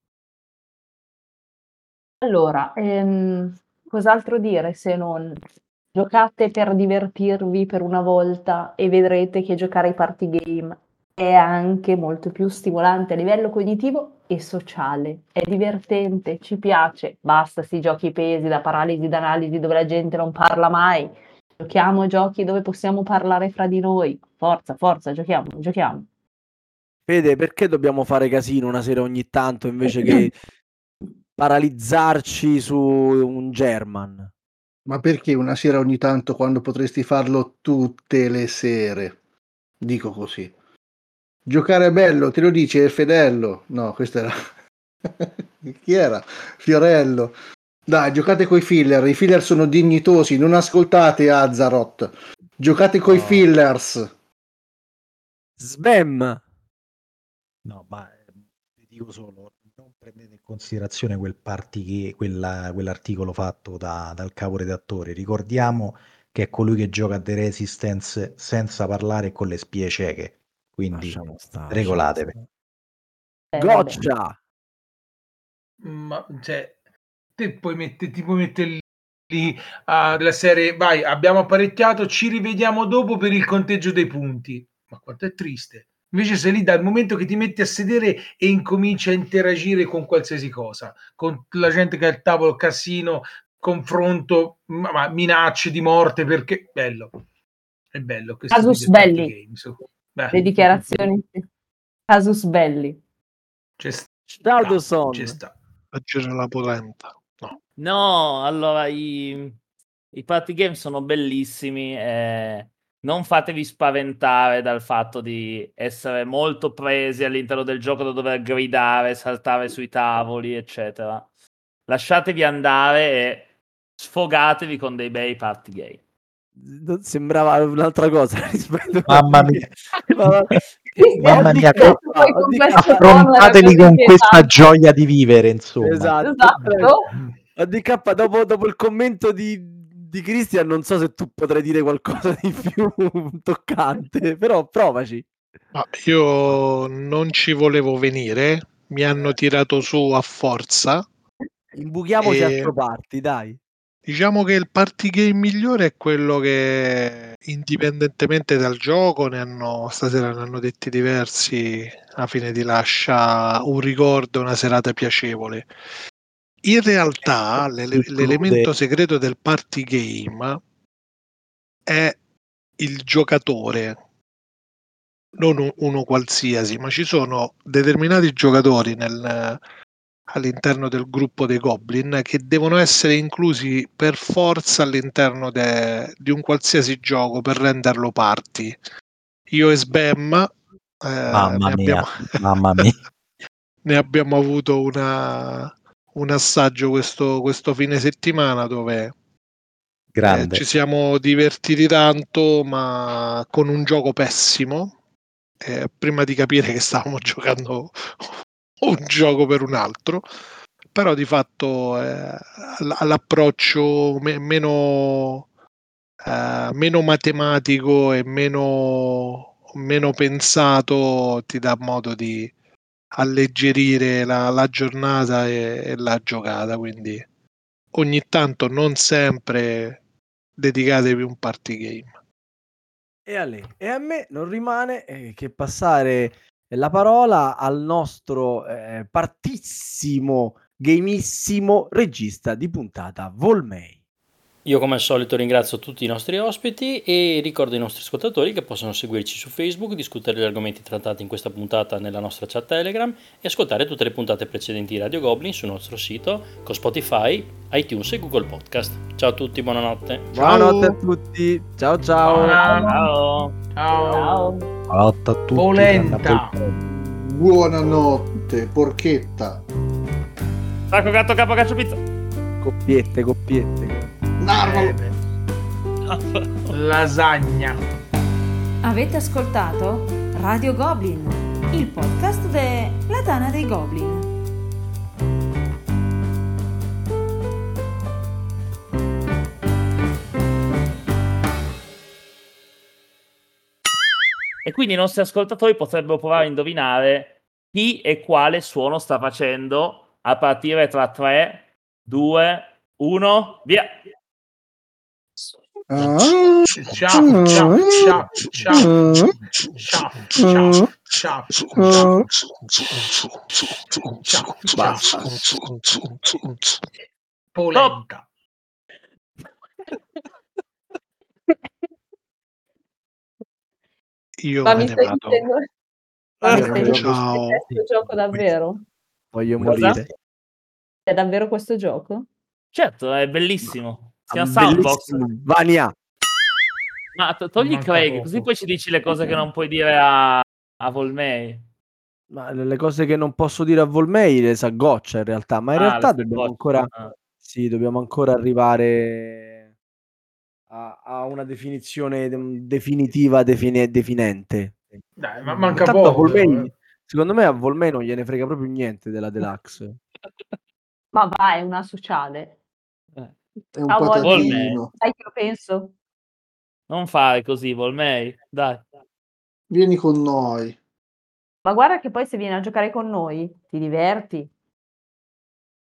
Speaker 6: Allora, cos'altro dire se non giocate per divertirvi per una volta e vedrete che giocare ai party game è anche molto più stimolante a livello cognitivo e sociale. È divertente, ci piace. Basta sti giochi pesi da paralisi d'analisi dove la gente non parla mai. Giochiamo a giochi dove possiamo parlare fra di noi. Forza, forza, giochiamo, giochiamo.
Speaker 1: Fede, perché dobbiamo fare casino una sera ogni tanto invece che paralizzarci su un German?
Speaker 2: Ma perché una sera ogni tanto quando potresti farlo tutte le sere? Dico così. Giocare è bello, te lo dice Fedello. No, questo era... Chi era? Fiorello. Dai, giocate coi filler. I filler sono dignitosi. Non ascoltate Azeroth. Giocate coi fillers.
Speaker 1: Sbam!
Speaker 8: No, ma ti dico solo, non prendete in considerazione quel quell'articolo fatto dal capo redattore. Ricordiamo che è colui che gioca a The Resistance senza parlare e con le spie cieche. Quindi
Speaker 1: Lasciamo stare.
Speaker 8: regolatevi.
Speaker 6: Vabbè.
Speaker 1: Goccia!
Speaker 3: Ma cioè, ti puoi mettere lì della serie, vai, abbiamo apparecchiato, ci rivediamo dopo per il conteggio dei punti. Ma quanto è triste. Invece sei lì dal momento che ti metti a sedere e incominci a interagire con qualsiasi cosa, con la gente che ha il tavolo, casino, confronto, ma minacce di morte, perché bello. È bello questo
Speaker 6: Casus
Speaker 3: video party
Speaker 6: belli.
Speaker 3: game, su. Beh,
Speaker 6: Le dichiarazioni. Casus belli.
Speaker 3: c'è sta,
Speaker 1: Staudoson!
Speaker 3: ci sta.
Speaker 4: Agire la polenta. No.
Speaker 5: No, allora i party game sono bellissimi. Non fatevi spaventare dal fatto di essere molto presi all'interno del gioco da dover gridare, saltare sui tavoli, eccetera. Lasciatevi andare e sfogatevi con dei bei party game.
Speaker 1: Sembrava un'altra cosa rispetto
Speaker 8: Mamma mia.
Speaker 6: Mamma
Speaker 8: mia,
Speaker 6: affrontateli
Speaker 8: affrontateli con questa gioia di vivere, insomma.
Speaker 1: Esatto. DK, dopo il commento di Christian, non so se tu potrai dire qualcosa di più toccante, però provaci.
Speaker 4: Ma io non ci volevo venire, mi hanno tirato su a forza.
Speaker 1: Imbuchiamoci a sto party, dai.
Speaker 4: Diciamo che il party game migliore è quello che, indipendentemente dal gioco, stasera ne hanno detti diversi, alla fine ti lascia un ricordo, una serata piacevole. In realtà l'elemento segreto del party game è il giocatore, non uno qualsiasi, ma ci sono determinati giocatori all'interno del gruppo dei Goblin che devono essere inclusi per forza all'interno di un qualsiasi gioco per renderlo party. Io e Sbam
Speaker 8: Mamma mia.
Speaker 4: ne abbiamo avuto un assaggio questo fine settimana dove ci siamo divertiti tanto, ma con un gioco pessimo. Prima di capire che stavamo giocando un gioco per un altro, però di fatto l'approccio meno matematico e meno pensato ti dà modo di alleggerire la giornata e la giocata, quindi ogni tanto, non sempre, dedicatevi un party game.
Speaker 1: E a me non rimane che passare la parola al nostro partissimo, gamissimo regista di puntata, Volmei.
Speaker 10: Io come al solito ringrazio tutti i nostri ospiti e ricordo ai nostri ascoltatori che possono seguirci su Facebook, discutere gli argomenti trattati in questa puntata nella nostra chat Telegram e ascoltare tutte le puntate precedenti di Radio Goblin sul nostro sito con Spotify, iTunes e Google Podcast. Ciao a tutti, buonanotte.
Speaker 1: Buonanotte a tutti. Ciao ciao.
Speaker 5: Ciao.
Speaker 3: Ciao.
Speaker 8: Buonanotte a tutti.
Speaker 3: Polenta.
Speaker 2: Buonanotte, porchetta.
Speaker 5: Sacco gatto capo caccio pizza.
Speaker 1: Coppiette.
Speaker 2: Narvalo.
Speaker 3: Lasagna.
Speaker 7: Avete ascoltato Radio Goblin, il podcast della Tana dei Goblin.
Speaker 5: E quindi i nostri ascoltatori potrebbero provare a indovinare chi e quale suono sta facendo a partire tra 3, 2, 1, via!
Speaker 3: Ciao, ciao, ciao, ciao, ciao, ciao, ciao, ciao. Polenta.
Speaker 4: Io
Speaker 6: Ma
Speaker 4: me
Speaker 6: mi
Speaker 4: ne
Speaker 6: stai
Speaker 4: vado.
Speaker 6: dicendo... Ma mi stai dicendo
Speaker 4: Ciao.
Speaker 6: che c'è questo gioco davvero?
Speaker 1: Voglio
Speaker 5: Cosa?
Speaker 1: morire.
Speaker 6: C'è davvero questo gioco?
Speaker 5: Certo, è bellissimo. Si chiama Soundbox.
Speaker 1: Bellissimo. Vania.
Speaker 5: Ma togli
Speaker 3: Manca
Speaker 5: Craig,
Speaker 3: poco.
Speaker 5: così poi ci dici le cose che non puoi dire a Volmei.
Speaker 1: Ma le cose che non posso dire a Volmei le sa Goccia in realtà, ma in realtà dobbiamo ancora, sì, dobbiamo ancora arrivare a una definizione definitiva, definente.
Speaker 3: Dai, ma manca
Speaker 1: Intanto a
Speaker 3: poco.
Speaker 1: Volmei, secondo me a Volmei non gliene frega proprio niente della Deluxe.
Speaker 6: Ma vai, è una sociale.
Speaker 2: È un
Speaker 6: A volte,
Speaker 2: patatino.
Speaker 6: sai che lo penso?
Speaker 5: Non fare così, Volmei, dai.
Speaker 2: Vieni con noi.
Speaker 6: Ma guarda che poi se vieni a giocare con noi ti diverti.